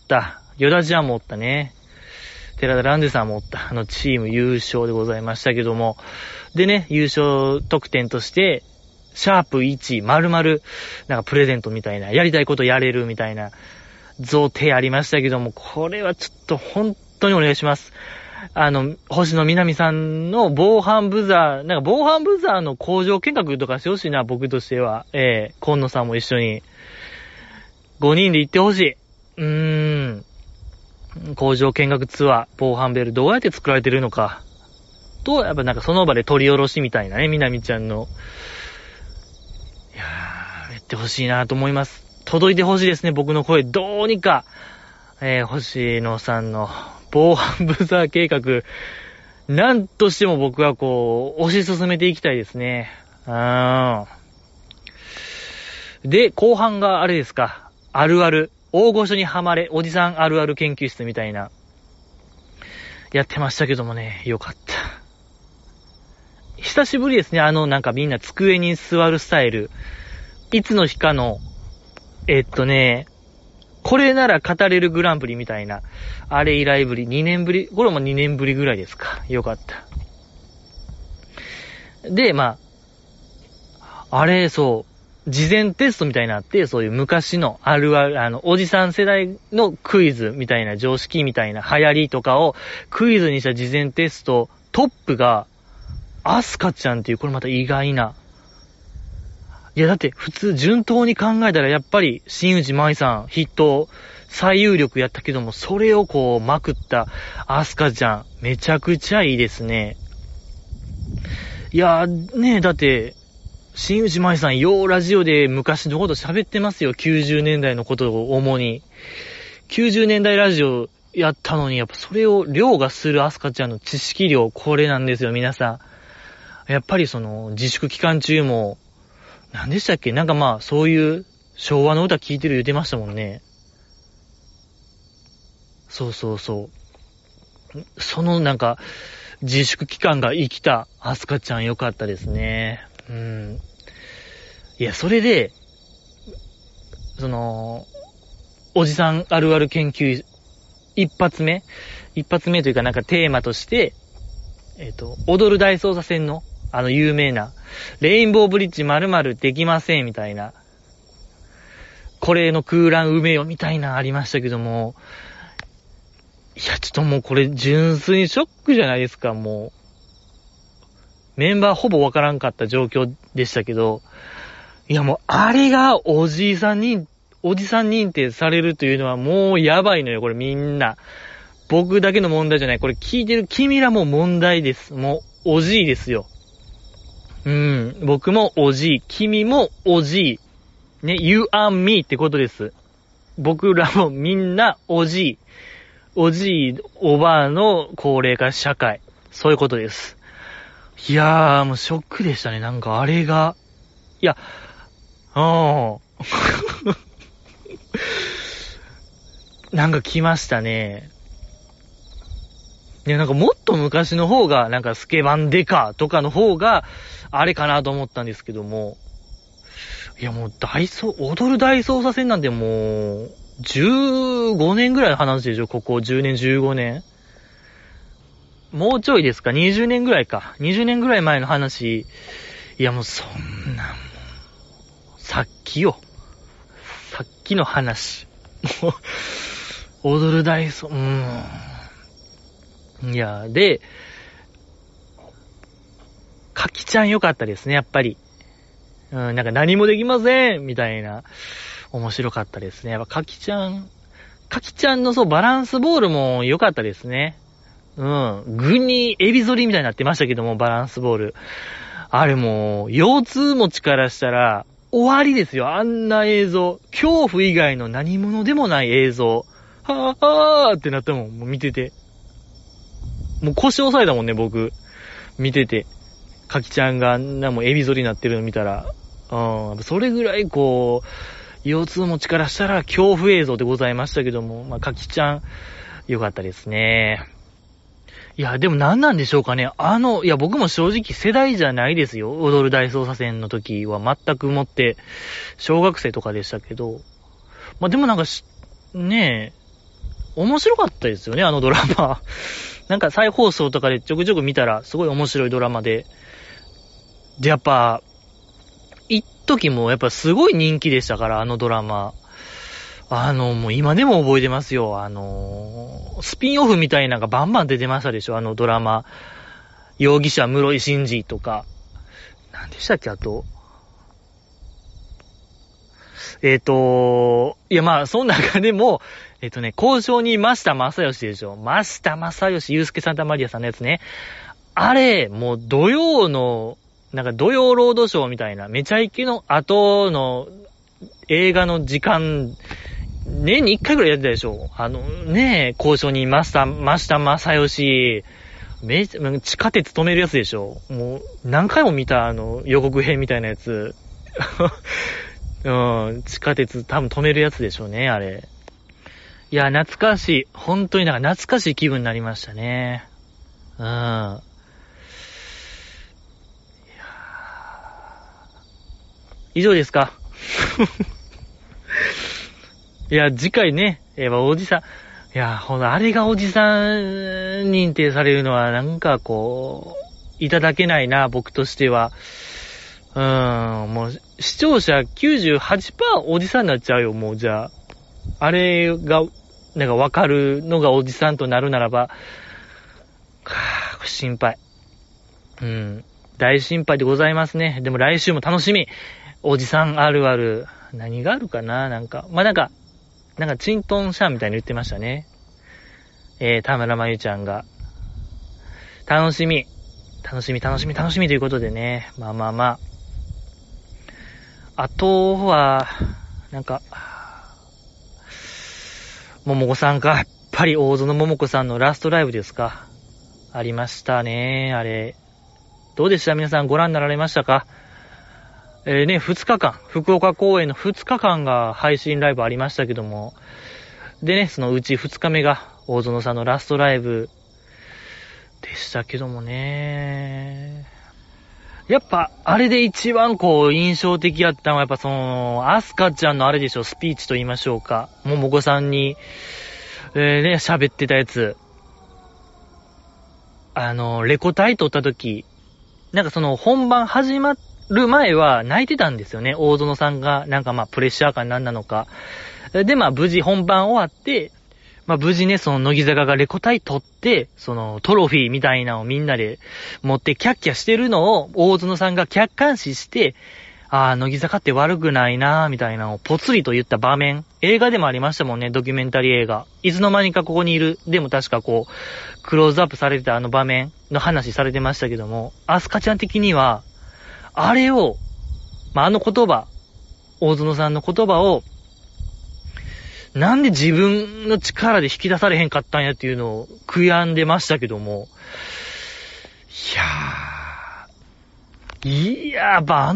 ヨダちゃんもおったね。寺田ランデさんもおった。あのチーム優勝でございましたけども。でね、優勝得点として、 シャープ1、〇〇、なんかプレゼントみたいな、やりたいことやれるみたいな、贈呈ありましたけども、これはちょっと本当にお願いします。星野みなみさんの防犯ブザー、なんか防犯ブザーの工場見学とかしてほしいな、僕としては。今野さんも一緒に。5人で行ってほしい。工場見学ツアー、防犯ベルどうやって作られてるのか。と、やっぱなんかその場で取り下ろしみたいなね、みなみちゃんの。いやー、やってほしいなと思います。届いてほしいですね、僕の声。どうにか、星野さんの防犯ブザー計画、なんとしても僕はこう、推し進めていきたいですね。で、後半があれですか。あるある。大御所にはまれ、おじさんあるある研究室みたいな。やってましたけどもね、よかった。久しぶりですね、なんかみんな机に座るスタイル。いつの日かの、これなら語れるグランプリみたいな。あれ以来ぶり、2年ぶり、これも2年ぶりぐらいですか。よかった。で、あれ、そう、事前テストみたいになって、そういう昔のあるある、おじさん世代のクイズみたいな、常識みたいな流行りとかをクイズにした事前テスト、トップが、アスカちゃんっていう、これまた意外な。いや、だって普通順当に考えたらやっぱり新内舞さん筆頭最有力やったけども、それをこうまくったアスカちゃんめちゃくちゃいいですね。いやね、だって新内舞さんようラジオで昔のこと喋ってますよ。90年代のことを主に90年代ラジオやったのに、やっぱそれを凌駕するアスカちゃんの知識量、これなんですよ。皆さんやっぱりその自粛期間中も何でしたっけ、なんかそういう昭和の歌聴いてる言ってましたもんね。そう。そのなんか、自粛期間が生きたアスカちゃんよかったですね。いや、それで、おじさんあるある研究、一発目というかなんかテーマとして、踊る大捜査線の、有名な、レインボーブリッジ〇〇できませんみたいな、これの空欄埋めよみたいなありましたけども、いや、ちょっともうこれ純粋にショックじゃないですか、もう。メンバーほぼわからんかった状況でしたけど、いやもうあれがおじさん認定されるというのはもうやばいのよ、これみんな。僕だけの問題じゃない。これ聞いてる君らも問題です。もうおじいですよ。僕もおじい、君もおじい。ね、you and me ってことです。僕らもみんなおじい、おばあの高齢化社会。そういうことです。いやー、もうショックでしたね。なんかあれが。いや、なんか来ましたね。いや、なんかもっと昔の方が、なんかスケバンデカとかの方が、あれかなと思ったんですけども。いや、もう踊る大捜査線なんてもう、15年ぐらいの話でしょ、ここ10年、15年。もうちょいですか、20年ぐらいか。20年ぐらい前の話。いや、もうそんな、もう、さっきの話。もう、踊る大捜、いや、で、かきちゃん良かったですね、やっぱり。なんか何もできませんみたいな。面白かったですね。やっぱかきちゃんのそう、バランスボールも良かったですね。具にエビ反りみたいになってましたけども、バランスボール。あれもう、腰痛持ちからしたら、終わりですよ。あんな映像。恐怖以外の何者でもない映像。はぁはぁってなったもん、もう見てて。もう腰押さえたもんね、僕。見てて。かきちゃんがもうエビ反りになってるの見たら。それぐらいこう、腰痛持ちからしたら恐怖映像でございましたけども、かきちゃん、よかったですね。いや、でも何なんでしょうかね。いや、僕も正直世代じゃないですよ。踊る大捜査線の時は全くもって、小学生とかでしたけど。でもなんかねえ、面白かったですよね、あのドラマ。なんか再放送とかでちょくちょく見たら、すごい面白いドラマで。で、やっぱ、 時もやっぱすごい人気でしたから、あのドラマ。もう今でも覚えてますよ。スピンオフみたいなのがバンバン出てましたでしょ、あのドラマ。容疑者室井慎二とか。何でしたっけ、あと。いやまあ、その中でも、交渉に増田正義でしょ。増田正義、ユースケ・サンタマリアさんのやつね。あれ、もう土曜の、なんか土曜ロードショーみたいな、めちゃイケの後の映画の時間、年に1回ぐらいやってたでしょ。交渉に増田正義、地下鉄止めるやつでしょ。もう、何回も見た、予告編みたいなやつ。うん、地下鉄多分止めるやつでしょうね、あれ。いや、懐かしい。本当になんか懐かしい気分になりましたね。うん。以上ですか？いや、次回ね、おじさん、いや、あれがおじさん認定されるのはなんかこう、いただけないな、僕としては。もう、視聴者 98% おじさんになっちゃうよ、もうじゃあ。あれが、なんかわかるのがおじさんとなるならば、心配。大心配でございますね。でも来週も楽しみ。おじさんあるある。何があるかな、なんか。まあ、なんか、チントンシャンみたいに言ってましたね。田村真由ちゃんが。楽しみということでね。まあ。あとは、なんか、桃子さんか。やっぱり大園桃子さんのラストライブですか。ありましたね。あれ。どうでした？皆さんご覧になられましたか？2日間、福岡公演の2日間が配信ライブありましたけども。でね、そのうち2日目が大園さんのラストライブでしたけどもね。やっぱ、あれで一番こう、印象的やったのは、やっぱアスカちゃんのあれでしょ、スピーチと言いましょうか。桃子さんに、喋ってたやつ。レコ大撮った時、なんか本番始まる前は泣いてたんですよね。大園さんが、なんかプレッシャーかなんなのか。で、無事本番終わって、無事ね、乃木坂がレコ大取って、トロフィーみたいなのをみんなで持ってキャッキャしてるのを、大園さんが客観視して、乃木坂って悪くないなぁ、みたいなのをぽつりと言った場面。映画でもありましたもんね、ドキュメンタリー映画。いつの間にかここにいる。でも確かこう、クローズアップされてた場面の話されてましたけども、アスカちゃん的には、あれを、言葉、大園さんの言葉を、なんで自分の力で引き出されへんかったんやっていうのを悔やんでましたけども。やっぱ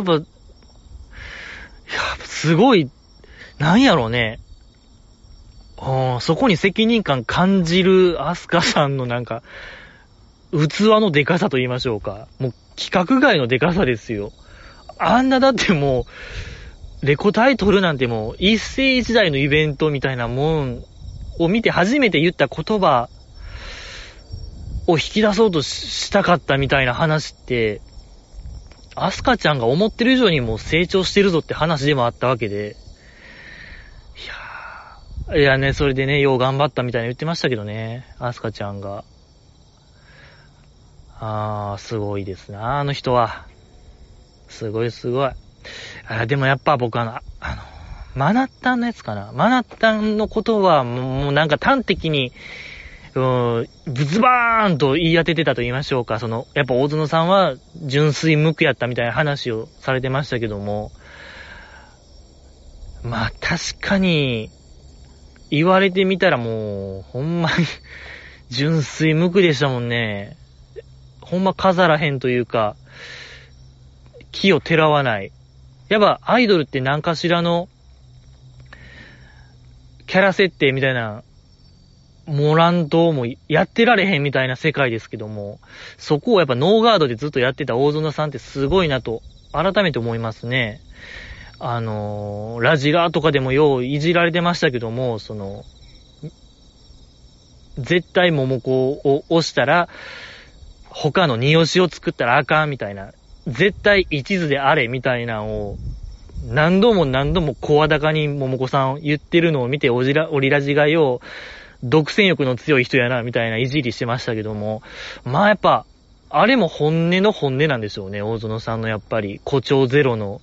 すごい、なんやろうね。そこに責任感感じるアスカさんのなんか、器のデカさと言いましょうか。もう規格外のデカさですよ。あんなだってもう、レコ大取るなんてもう一世一代のイベントみたいなもんを見て初めて言った言葉を引き出そうとしたかったみたいな話って、アスカちゃんが思ってる以上にもう成長してるぞって話でもあったわけで、いやね、それでね、よう頑張ったみたいに言ってましたけどね、アスカちゃんが。すごいですな、あの人は。すごい。でもやっぱ僕マナッタンのやつかな。マナッタンのことはもうなんか端的に、ブズバーンと言い当ててたと言いましょうか。やっぱ大園さんは純粋無垢やったみたいな話をされてましたけども。確かに、言われてみたらもう、ほんまに、純粋無垢でしたもんね。ほんま飾らへんというか、気をてらわない。やっぱアイドルって何かしらのキャラ設定みたいなモランともやってられへんみたいな世界ですけども、そこをやっぱノーガードでずっとやってた大園さんってすごいなと改めて思いますね。ラジラーとかでもよういじられてましたけども、絶対桃子を押したら他の二押しを作ったらあかんみたいな。 絶対一途であれみたいなのを、何度も何度も声高に桃子さん言ってるのを見て、オリラジがよ、独占欲の強い人やな、みたいないじりしてましたけども、まあやっぱ、あれも本音の本音なんでしょうね、大園さんのやっぱり、誇張ゼロの。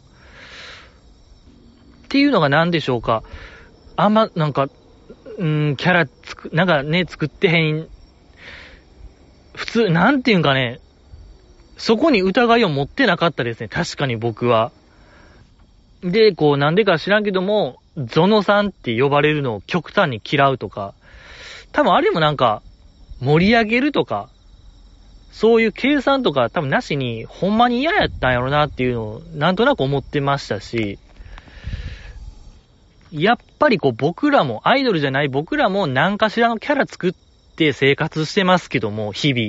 っていうのが何でしょうか。あんま、なんか、キャラなんかね、作ってへん、普通、なんていうんかね、そこに疑いを持ってなかったですね、確かに僕は。で、こう、なんでか知らんけども、ゾノさんって呼ばれるのを極端に嫌うとか、多分あれもなんか、盛り上げるとか、そういう計算とか多分なしに、ほんまに嫌やったんやろなっていうのを、なんとなく思ってましたし、やっぱりこう僕らも、アイドルじゃない僕らも何かしらのキャラ作って生活してますけども、日々。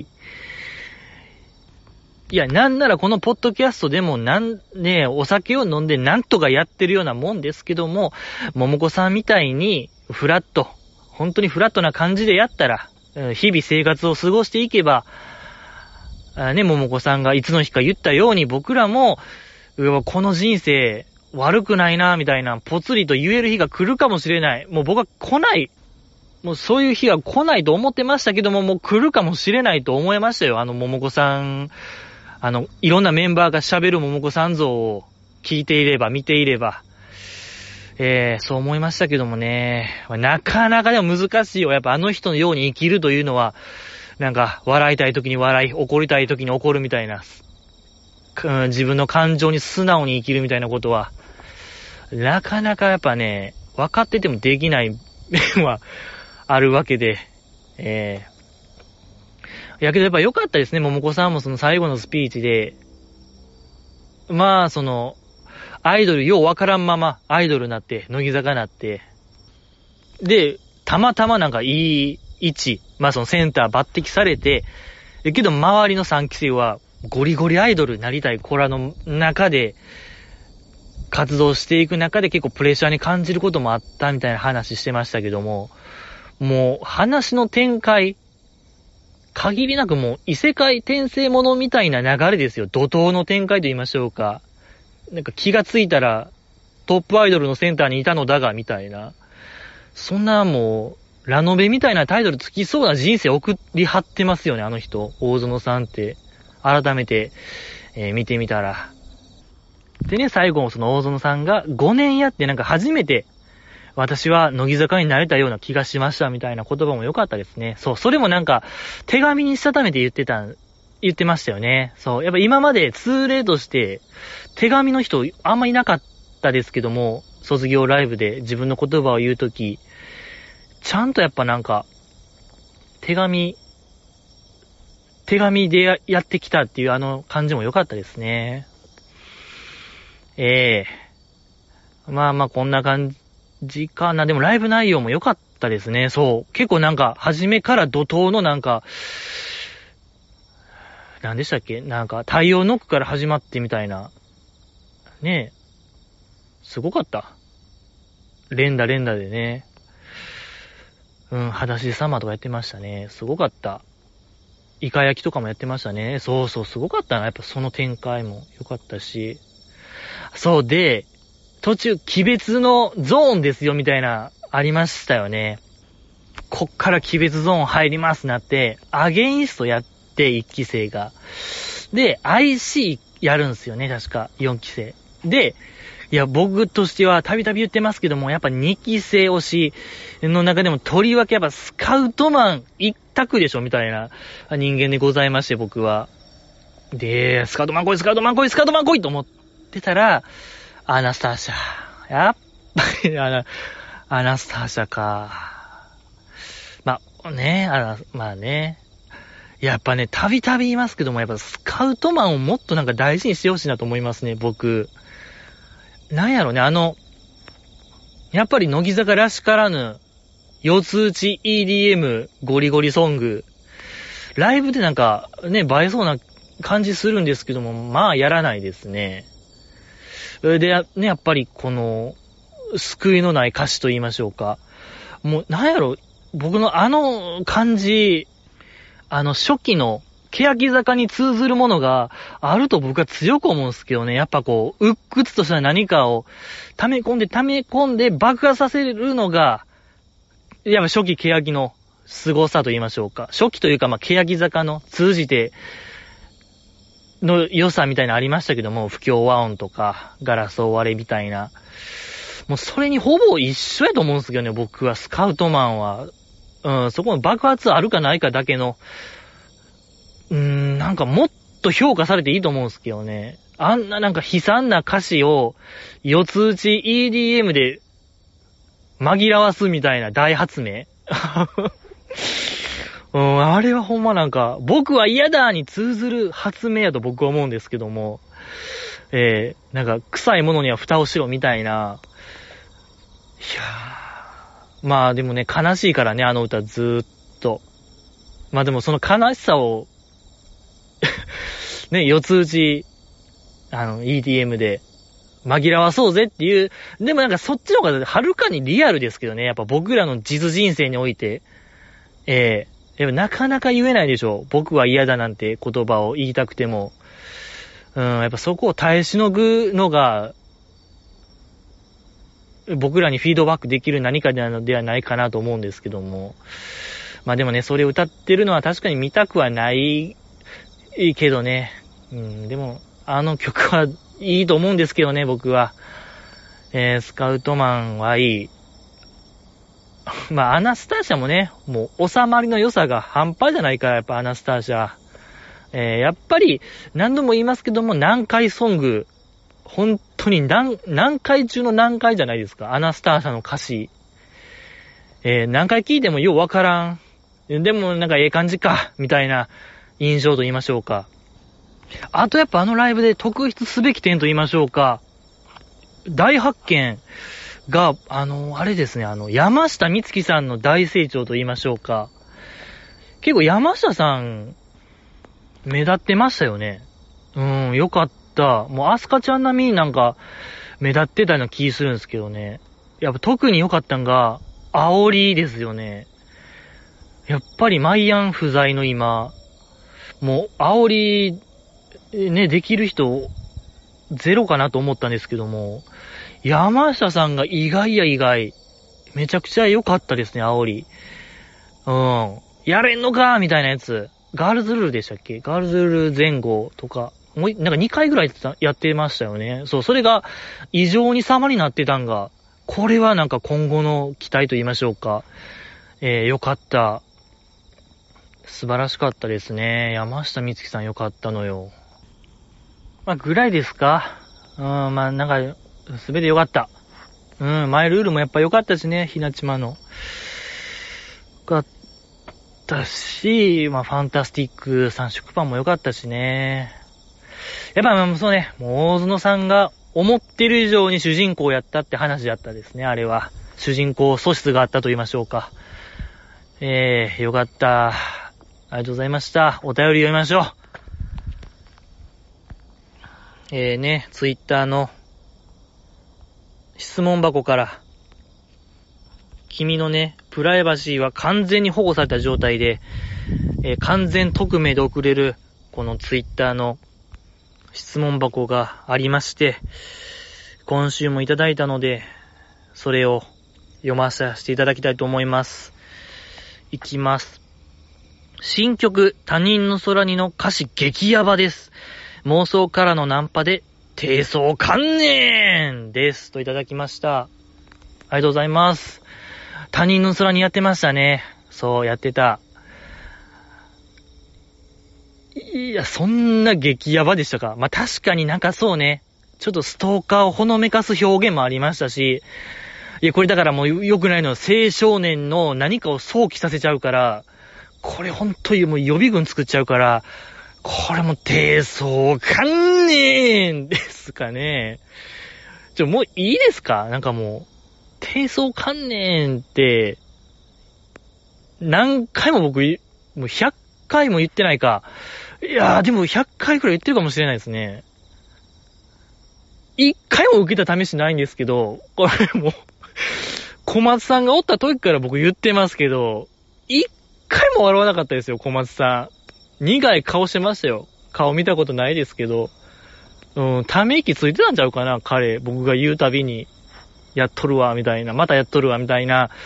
いや、なんならこのポッドキャストでもお酒を飲んでなんとかやってるようなもんですけども、桃子さんみたいに本当にフラットな感じでやったら、日々生活を過ごしていけば、桃子さんがいつの日か言ったように僕らも、この人生悪くないな、みたいな、ぽつりと言える日が来るかもしれない。もう僕は来ない。もうそういう日は来ないと思ってましたけども、もう来るかもしれないと思いましたよ。桃子さん、いろんなメンバーが喋る桃子さん像を聞いていれば、見ていれば、そう思いましたけどもね。なかなかでも難しいよ。やっぱあの人のように生きるというのは、なんか、笑いたい時に笑い、怒りたい時に怒るみたいな、自分の感情に素直に生きるみたいなことは、なかなかやっぱね、分かっててもできない面はあるわけで、やけどやっぱ良かったですね、桃子さんもその最後のスピーチで、まあアイドルようわからんまま、アイドルになって、乃木坂になって、で、たまたまなんかいい位置、そのセンター抜擢されて、けど周りの3期生はゴリゴリアイドルになりたい子らの中で活動していく中で結構プレッシャーに感じることもあったみたいな話してましたけども、もう話の展開、限りなくもう異世界転生ものみたいな流れですよ。怒涛の展開と言いましょうか。なんか気がついたらトップアイドルのセンターにいたのだがみたいな。そんなもうラノベみたいなタイトルつきそうな人生送り張ってますよね、あの人。大園さんって。改めて、見てみたら。でね、最後その大園さんが5年やってなんか初めて私は乃木坂になれたような気がしましたみたいな言葉も良かったですね。そう、それもなんか手紙にしたためて言ってましたよね。そう、やっぱ今まで通例として手紙の人あんまいなかったですけども、卒業ライブで自分の言葉を言うとき、ちゃんとやっぱなんか手紙でやってきたっていうあの感じも良かったですね。まあこんな感じかな。でもライブ内容も良かったですね。そう。結構なんか、初めから怒涛のなんか、何でしたっけ？なんか、太陽ノックから始まってみたいな。ねえ。すごかった。連打でね。裸足様とかやってましたね。すごかった。イカ焼きとかもやってましたね。そう、すごかったな。やっぱその展開も良かったし。そうで、途中、鬼別のゾーンですよみたいな、ありましたよね。こっから鬼別ゾーン入りますなって、アゲインストやって、1期生が。で、IC やるんすよね、確か、4期生。で、いや、僕としては、たびたび言ってますけども、やっぱ2期生推しの中でも、とりわけやっぱスカウトマン一択でしょ、みたいな人間でございまして、僕は。で、スカウトマン来いと思ってたら、アナスターシャ。やっぱり、アナスターシャか。まあね。やっぱね、たびたび言いますけども、やっぱスカウトマンをもっとなんか大事にしてほしいなと思いますね、僕。なんやろね、やっぱり乃木坂らしからぬ、四つ打ち EDM ゴリゴリソング。ライブでなんかね、映えそうな感じするんですけども、まあやらないですね。で、ね、やっぱりこの、救いのない歌詞と言いましょうか。もう、なんやろ、僕の感じ、初期の欅坂に通ずるものがあると僕は強く思うんですけどね。やっぱこう、鬱屈とした何かを溜め込んで爆発させるのが、やっぱ初期欅の凄さと言いましょうか。初期というか、欅坂の通じての良さみたいなのありましたけども、不協和音とか、ガラスを割れみたいな。もうそれにほぼ一緒やと思うんですけどね、僕はスカウトマンは。そこの爆発あるかないかだけの、なんかもっと評価されていいと思うんですけどね。あんななんか悲惨な歌詞を四つ打ち EDM で紛らわすみたいな大発明あれはほんまなんか、僕は嫌だに通ずる発明やと僕は思うんですけども、なんか臭いものには蓋をしろみたいな。いやー、まあでもね、悲しいからね、あの歌ずーっと。まあでもその悲しさをね、四つ打ち、EDM で紛らわそうぜっていう、でもなんかそっちの方がはるかにリアルですけどね、やっぱ僕らの実人生において、やっぱなかなか言えないでしょ。僕は嫌だなんて言葉を言いたくても。やっぱそこを耐えしのぐのが、僕らにフィードバックできる何かなのではないかなと思うんですけども。まあでもね、それを歌ってるのは確かに見たくはないけどね。でも、あの曲はいいと思うんですけどね、僕は。スカウトマンはいい。まあ、アナスターシャもね、もう収まりの良さが半端じゃないから、やっぱアナスターシャ。やっぱり、何度も言いますけども、難解ソング、本当に難解中の難解じゃないですか、アナスターシャの歌詞。何回聞いてもようわからん。でもなんかええ感じか、みたいな印象と言いましょうか。あとやっぱあのライブで特筆すべき点と言いましょうか。大発見が、あれですね、山下美月さんの大成長と言いましょうか。結構山下さん、目立ってましたよね。よかった。もうアスカちゃん並みになんか、目立ってたような気するんですけどね。やっぱ特に良かったんが、煽りですよね。やっぱりマイアン不在の今、もう煽り、ね、できる人、ゼロかなと思ったんですけども、山下さんが意外や意外。めちゃくちゃ良かったですね、煽り。やれんのかみたいなやつ。ガールズルールでしたっけ？ガールズルール前後とか、なんか2回ぐらいやってましたよね。そう、それが異常に様になってたんが、これはなんか今後の期待と言いましょうか。良かった。素晴らしかったですね。山下美月さん良かったのよ。ぐらいですか？なんか、すべて良かった。マイルールもやっぱ良かったしね、ひなちまの。良かったし、ファンタスティック三色パンも良かったしね。やっぱそうね、もう大園さんが思ってる以上に主人公やったって話だったですね、あれは。主人公素質があったと言いましょうか。良かった。ありがとうございました。お便り読みましょう。ツイッターの質問箱から、君のね、プライバシーは完全に保護された状態で、完全匿名で送れる、このツイッターの質問箱がありまして、今週もいただいたので、それを読ませていただきたいと思います。いきます。新曲、他人の空にの歌詞激ヤバです。妄想からのナンパで、低層観念です。といただきました。ありがとうございます。他人の空にやってましたね。そう、やってた。いや、そんな激ヤバでしたか。確かになんかそうね、ちょっとストーカーをほのめかす表現もありましたし、いや、これだからもう良くないのは青少年の何かを想起させちゃうから、これほんともう予備軍作っちゃうから、これも低層観念ですかね。もういいですか？なんかもう、低層観念って、何回も僕、もう100回も言ってないか。いやー、でも100回くらい言ってるかもしれないですね。1回も受けた試しないんですけど、これもう、小松さんがおった時から僕言ってますけど、1回も笑わなかったですよ、小松さん。 苦い顔してましたよ。顔見たことないですけど、ため息ついてたんちゃうかな、彼。僕が言うたびに、やっとるわ、みたいな。またやっとるわ、みたいな。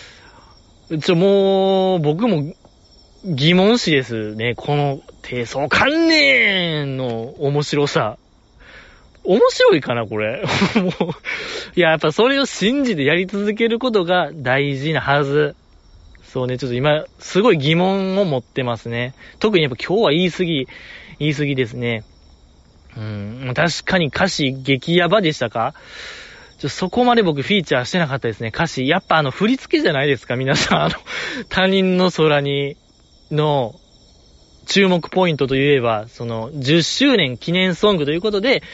もう、僕も疑問視ですね。この低層観念の面白さ。面白いかな、これ。もう、いや、やっぱそれを信じてやり続けることが大事なはず。そうね、ちょっと今、すごい疑問を持ってますね。特にやっぱ今日は言い過ぎですね。確かに歌詞激ヤバでしたか？そこまで僕フィーチャーしてなかったですね。歌詞。やっぱ振り付けじゃないですか、皆さん。他人の空にの注目ポイントといえば、10周年記念ソングということで、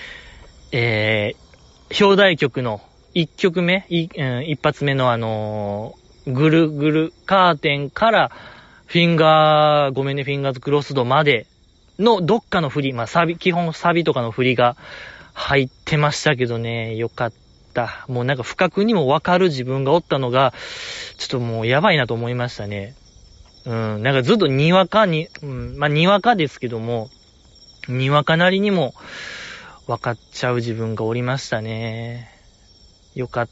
表題曲の1曲目、一発目のぐるぐるカーテンからごめんね、フィンガーズクロスドまでのどっかの振り、基本サビとかの振りが入ってましたけどね、よかった。もうなんか不覚にもわかる自分がおったのが、ちょっともうやばいなと思いましたね。なんかずっとにわかですけども、にわかなりにもわかっちゃう自分がおりましたね。よかった。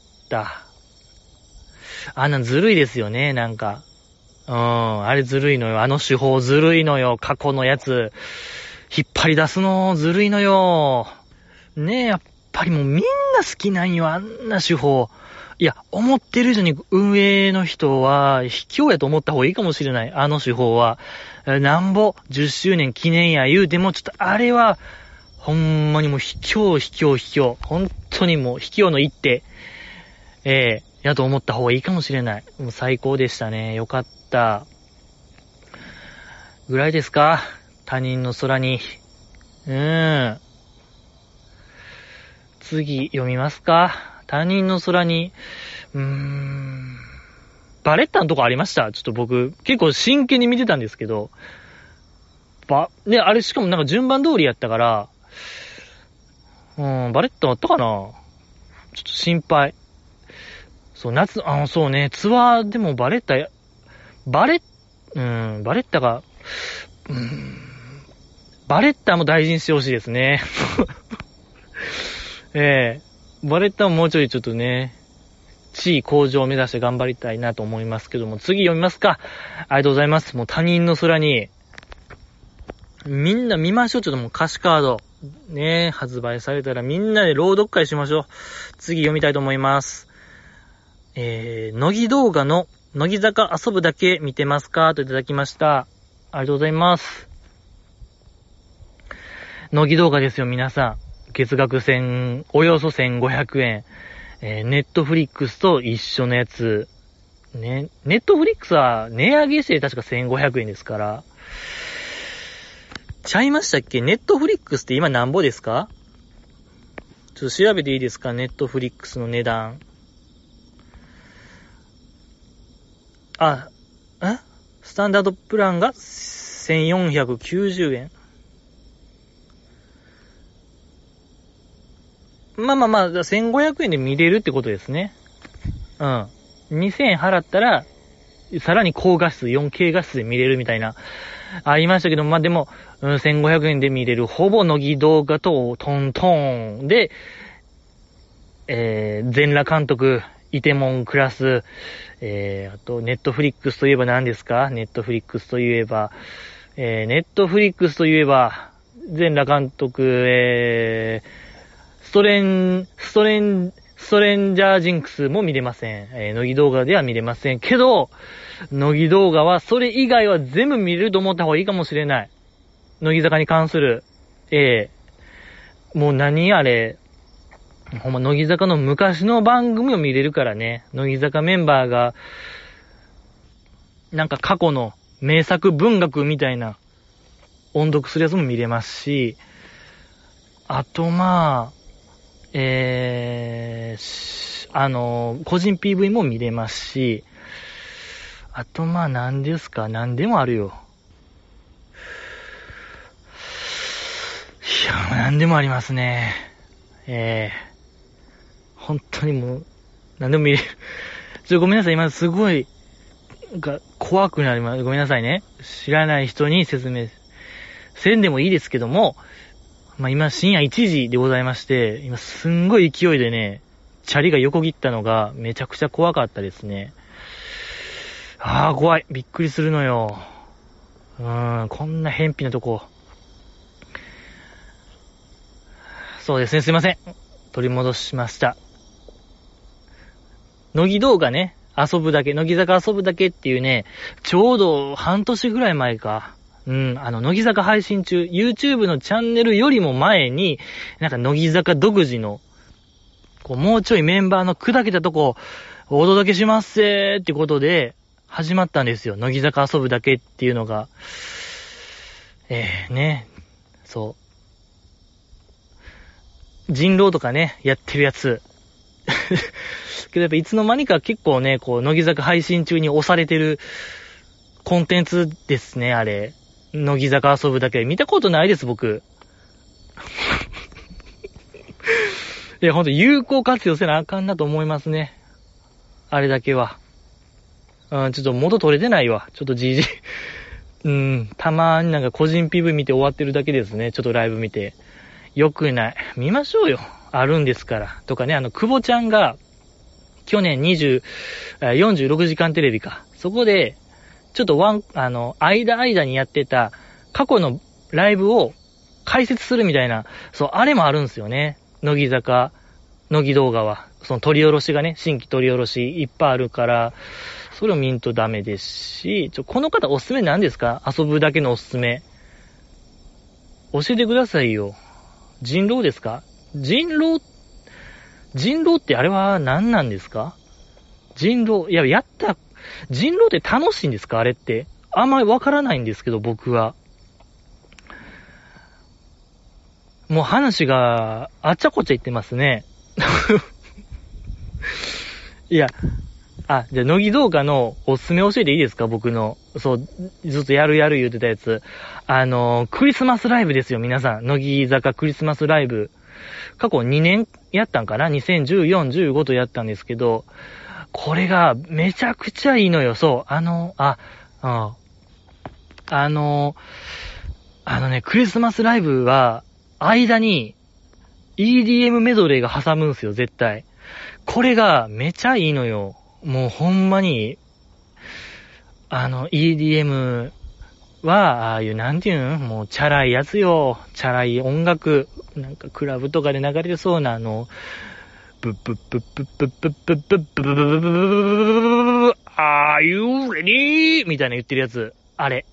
あんなんずるいですよね、なんか。あれずるいのよ。あの手法ずるいのよ。過去のやつ。引っ張り出すのずるいのよ。ねえ、やっぱりもうみんな好きなんよ、あんな手法。いや、思ってる以上に運営の人は卑怯やと思った方がいいかもしれない。あの手法は。なんぼ10周年記念や言うても、ちょっとあれは、ほんまにもう卑怯。本当にもう卑怯の一手。やと思った方がいいかもしれない。もう最高でしたね。よかった。ぐらいですか？他人の空に。次読みますか？他人の空に。バレッタのとこありました？ちょっと僕、結構真剣に見てたんですけど。ね、あれしかもなんか順番通りやったから、バレッタあったかな？ちょっと心配。そう、そうね、ツアーでもバレッタも大事にしてほしいですね。バレッタももうちょいちょっとね、地位向上を目指して頑張りたいなと思いますけども、次読みますか。ありがとうございます。もう他人の空に、みんな見ましょう。ちょっともう歌詞カード、ね、発売されたらみんなで朗読会しましょう。次読みたいと思います。乃木動画の乃木坂遊ぶだけ見てますかといただきました。ありがとうございます。乃木動画ですよ、皆さん。月額およそ1500円。ネットフリックスと一緒のやつ。ね、ネットフリックスは値上げして確か1500円ですから。ちゃいましたっけ？ネットフリックスって今何ぼですか？ちょっと調べていいですか？ネットフリックスの値段。スタンダードプランが1490円。1500円で見れるってことですね。2000円払ったら、さらに高画質、4K 画質で見れるみたいな、ありましたけど、でも、1500円で見れる、ほぼ乃木動画とトントンで、全裸監督、イテモンクラス、あと、ネットフリックスといえば何ですか？ネットフリックスといえば、全裸監督、ストレンジャージンクスも見れません。乃木動画では見れませんけど、乃木動画はそれ以外は全部見れると思った方がいいかもしれない。乃木坂に関する、もう何あれ、ほんま乃木坂の昔の番組を見れるからね。乃木坂メンバーが、なんか過去の名作文学みたいな音読するやつも見れますし、あと個人 PV も見れますし、あと何ですか？何でもあるよ。いや、何でもありますね。本当にもう、何でも見れる。ごめんなさい、今すごい、怖くなります。ごめんなさいね。知らない人に説明。 せんでもいいですけども、まあ今深夜1時でございまして、今すんごい勢いでね、チャリが横切ったのがめちゃくちゃ怖かったですね。ああ、怖い。びっくりするのよ。こんな偏僻なとこ。そうですね、すいません。取り戻しました。乃木動画ね、遊ぶだけ、乃木坂遊ぶだけっていうね、ちょうど半年ぐらい前か。乃木坂配信中、YouTube のチャンネルよりも前に、なんか乃木坂独自の、こう、もうちょいメンバーの砕けたとこ、お届けしますせーってことで、始まったんですよ。乃木坂遊ぶだけっていうのが。ね。そう。人狼とかね、やってるやつ。けどやっぱいつの間にか結構ね、こう、乃木坂配信中に押されてるコンテンツですね、あれ。乃木坂遊ぶだけ。見たことないです、僕。いや、ほんと有効活用せなあかんなと思いますね。あれだけは。ちょっと元取れてないわ。ちょっとじじ。たまになんか個人 PV 見て終わってるだけですね。ちょっとライブ見て。よくない。見ましょうよ。あるんですから。とかね、久保ちゃんが、去年46時間テレビか。そこで、ちょっと間にやってた過去のライブを解説するみたいな、そう、あれもあるんですよね。乃木坂、乃木動画は。その取り下ろしがね、新規取り下ろしいっぱいあるから、それを見んとダメですし、この方おすすめ何ですか？遊ぶだけのおすすめ。教えてくださいよ。人狼ですか？人狼ってあれは何なんですか？人狼、いや、人狼って楽しいんですか？あれって。あんまりわからないんですけど、僕は。もう話があっちゃこっちゃ言ってますね。いや、じゃあ、乃木動画のおすすめ教えていいですか？僕の。そう、ずっとやる言ってたやつ。クリスマスライブですよ、皆さん。乃木坂クリスマスライブ。過去2年やったんかな？ 2014、15とやったんですけど、これがめちゃくちゃいいのよ。そう、クリスマスライブは、間に EDM メドレーが挟むんすよ、絶対。これがめちゃいいのよ。もうほんまに、EDM は、ああいうなんていうんもうチャラいやつよ。チャラい音楽。なんかクラブとかで流れてそうなブッブッブッブッブッブッブッブッブッブッブッブッブッブッブッブッAre you ready? みたいな言ってるやつ。あれ。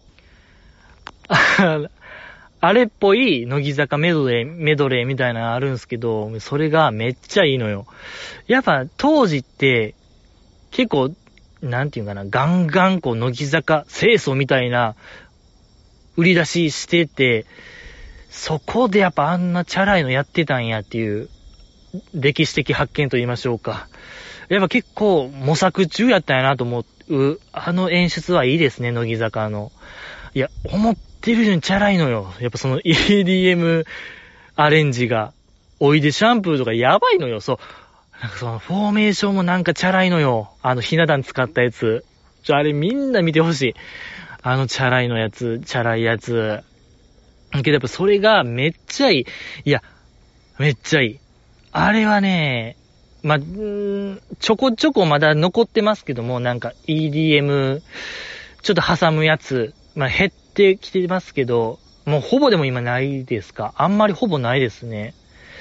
あれっぽい乃木坂メドレーみたいなのあるんすけど、それがめっちゃいいのよ。やっぱ当時って結構、なんていうかな、ガンガンこう乃木坂清楚みたいな売り出ししてて、そこでやっぱあんなチャラいのやってたんやっていう歴史的発見と言いましょうか。やっぱ結構模索中やったんやなと思う。あの演出はいいですね、乃木坂の。いや、思ってる以上にチャラいのよ。やっぱその EDM アレンジが。おいでシャンプーとかやばいのよ。そう。なんかそのフォーメーションもなんかチャラいのよ。ひな壇使ったやつ。あれみんな見てほしい。チャラいのやつ、チャラいやつ。けどやっぱそれがめっちゃいい。いや、めっちゃいい。あれはね、ちょこちょこまだ残ってますけども、なんか EDM、ちょっと挟むやつ、減ってきてますけど、もうほぼでも今ないですか？あんまりほぼないですね。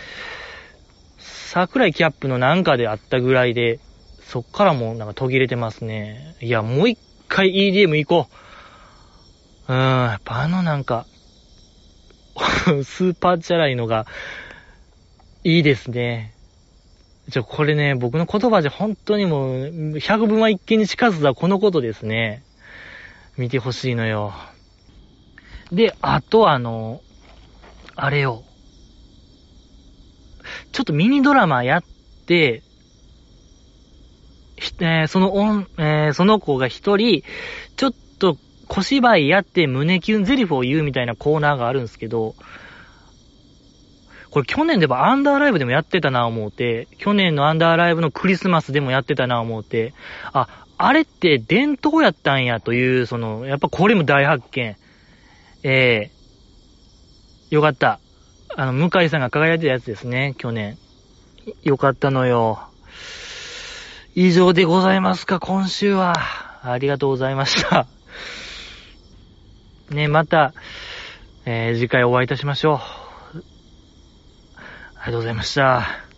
桜井キャップのなんかであったぐらいで、そっからもうなんか途切れてますね。いや、もう一回 EDM 行こう。やっぱなんか、スーパーチャラいのが、いいですね。これね、僕の言葉じゃ本当にもう、百分は一見に近づはこのことですね。見てほしいのよ。で、あとあれよ。ちょっとミニドラマやって、その子が一人、ちょっと小芝居やって胸キュンゼリフを言うみたいなコーナーがあるんですけど、これ去年でもアンダーライブでもやってたな思うて、去年のアンダーライブのクリスマスでもやってたな思うて、あれって伝統やったんやという、やっぱこれも大発見。 よかった。向井さんが輝いてたやつですね、去年。よかったのよ。以上でございますか、今週は。ありがとうございました。ね、また、次回お会いいたしましょう。ありがとうございました。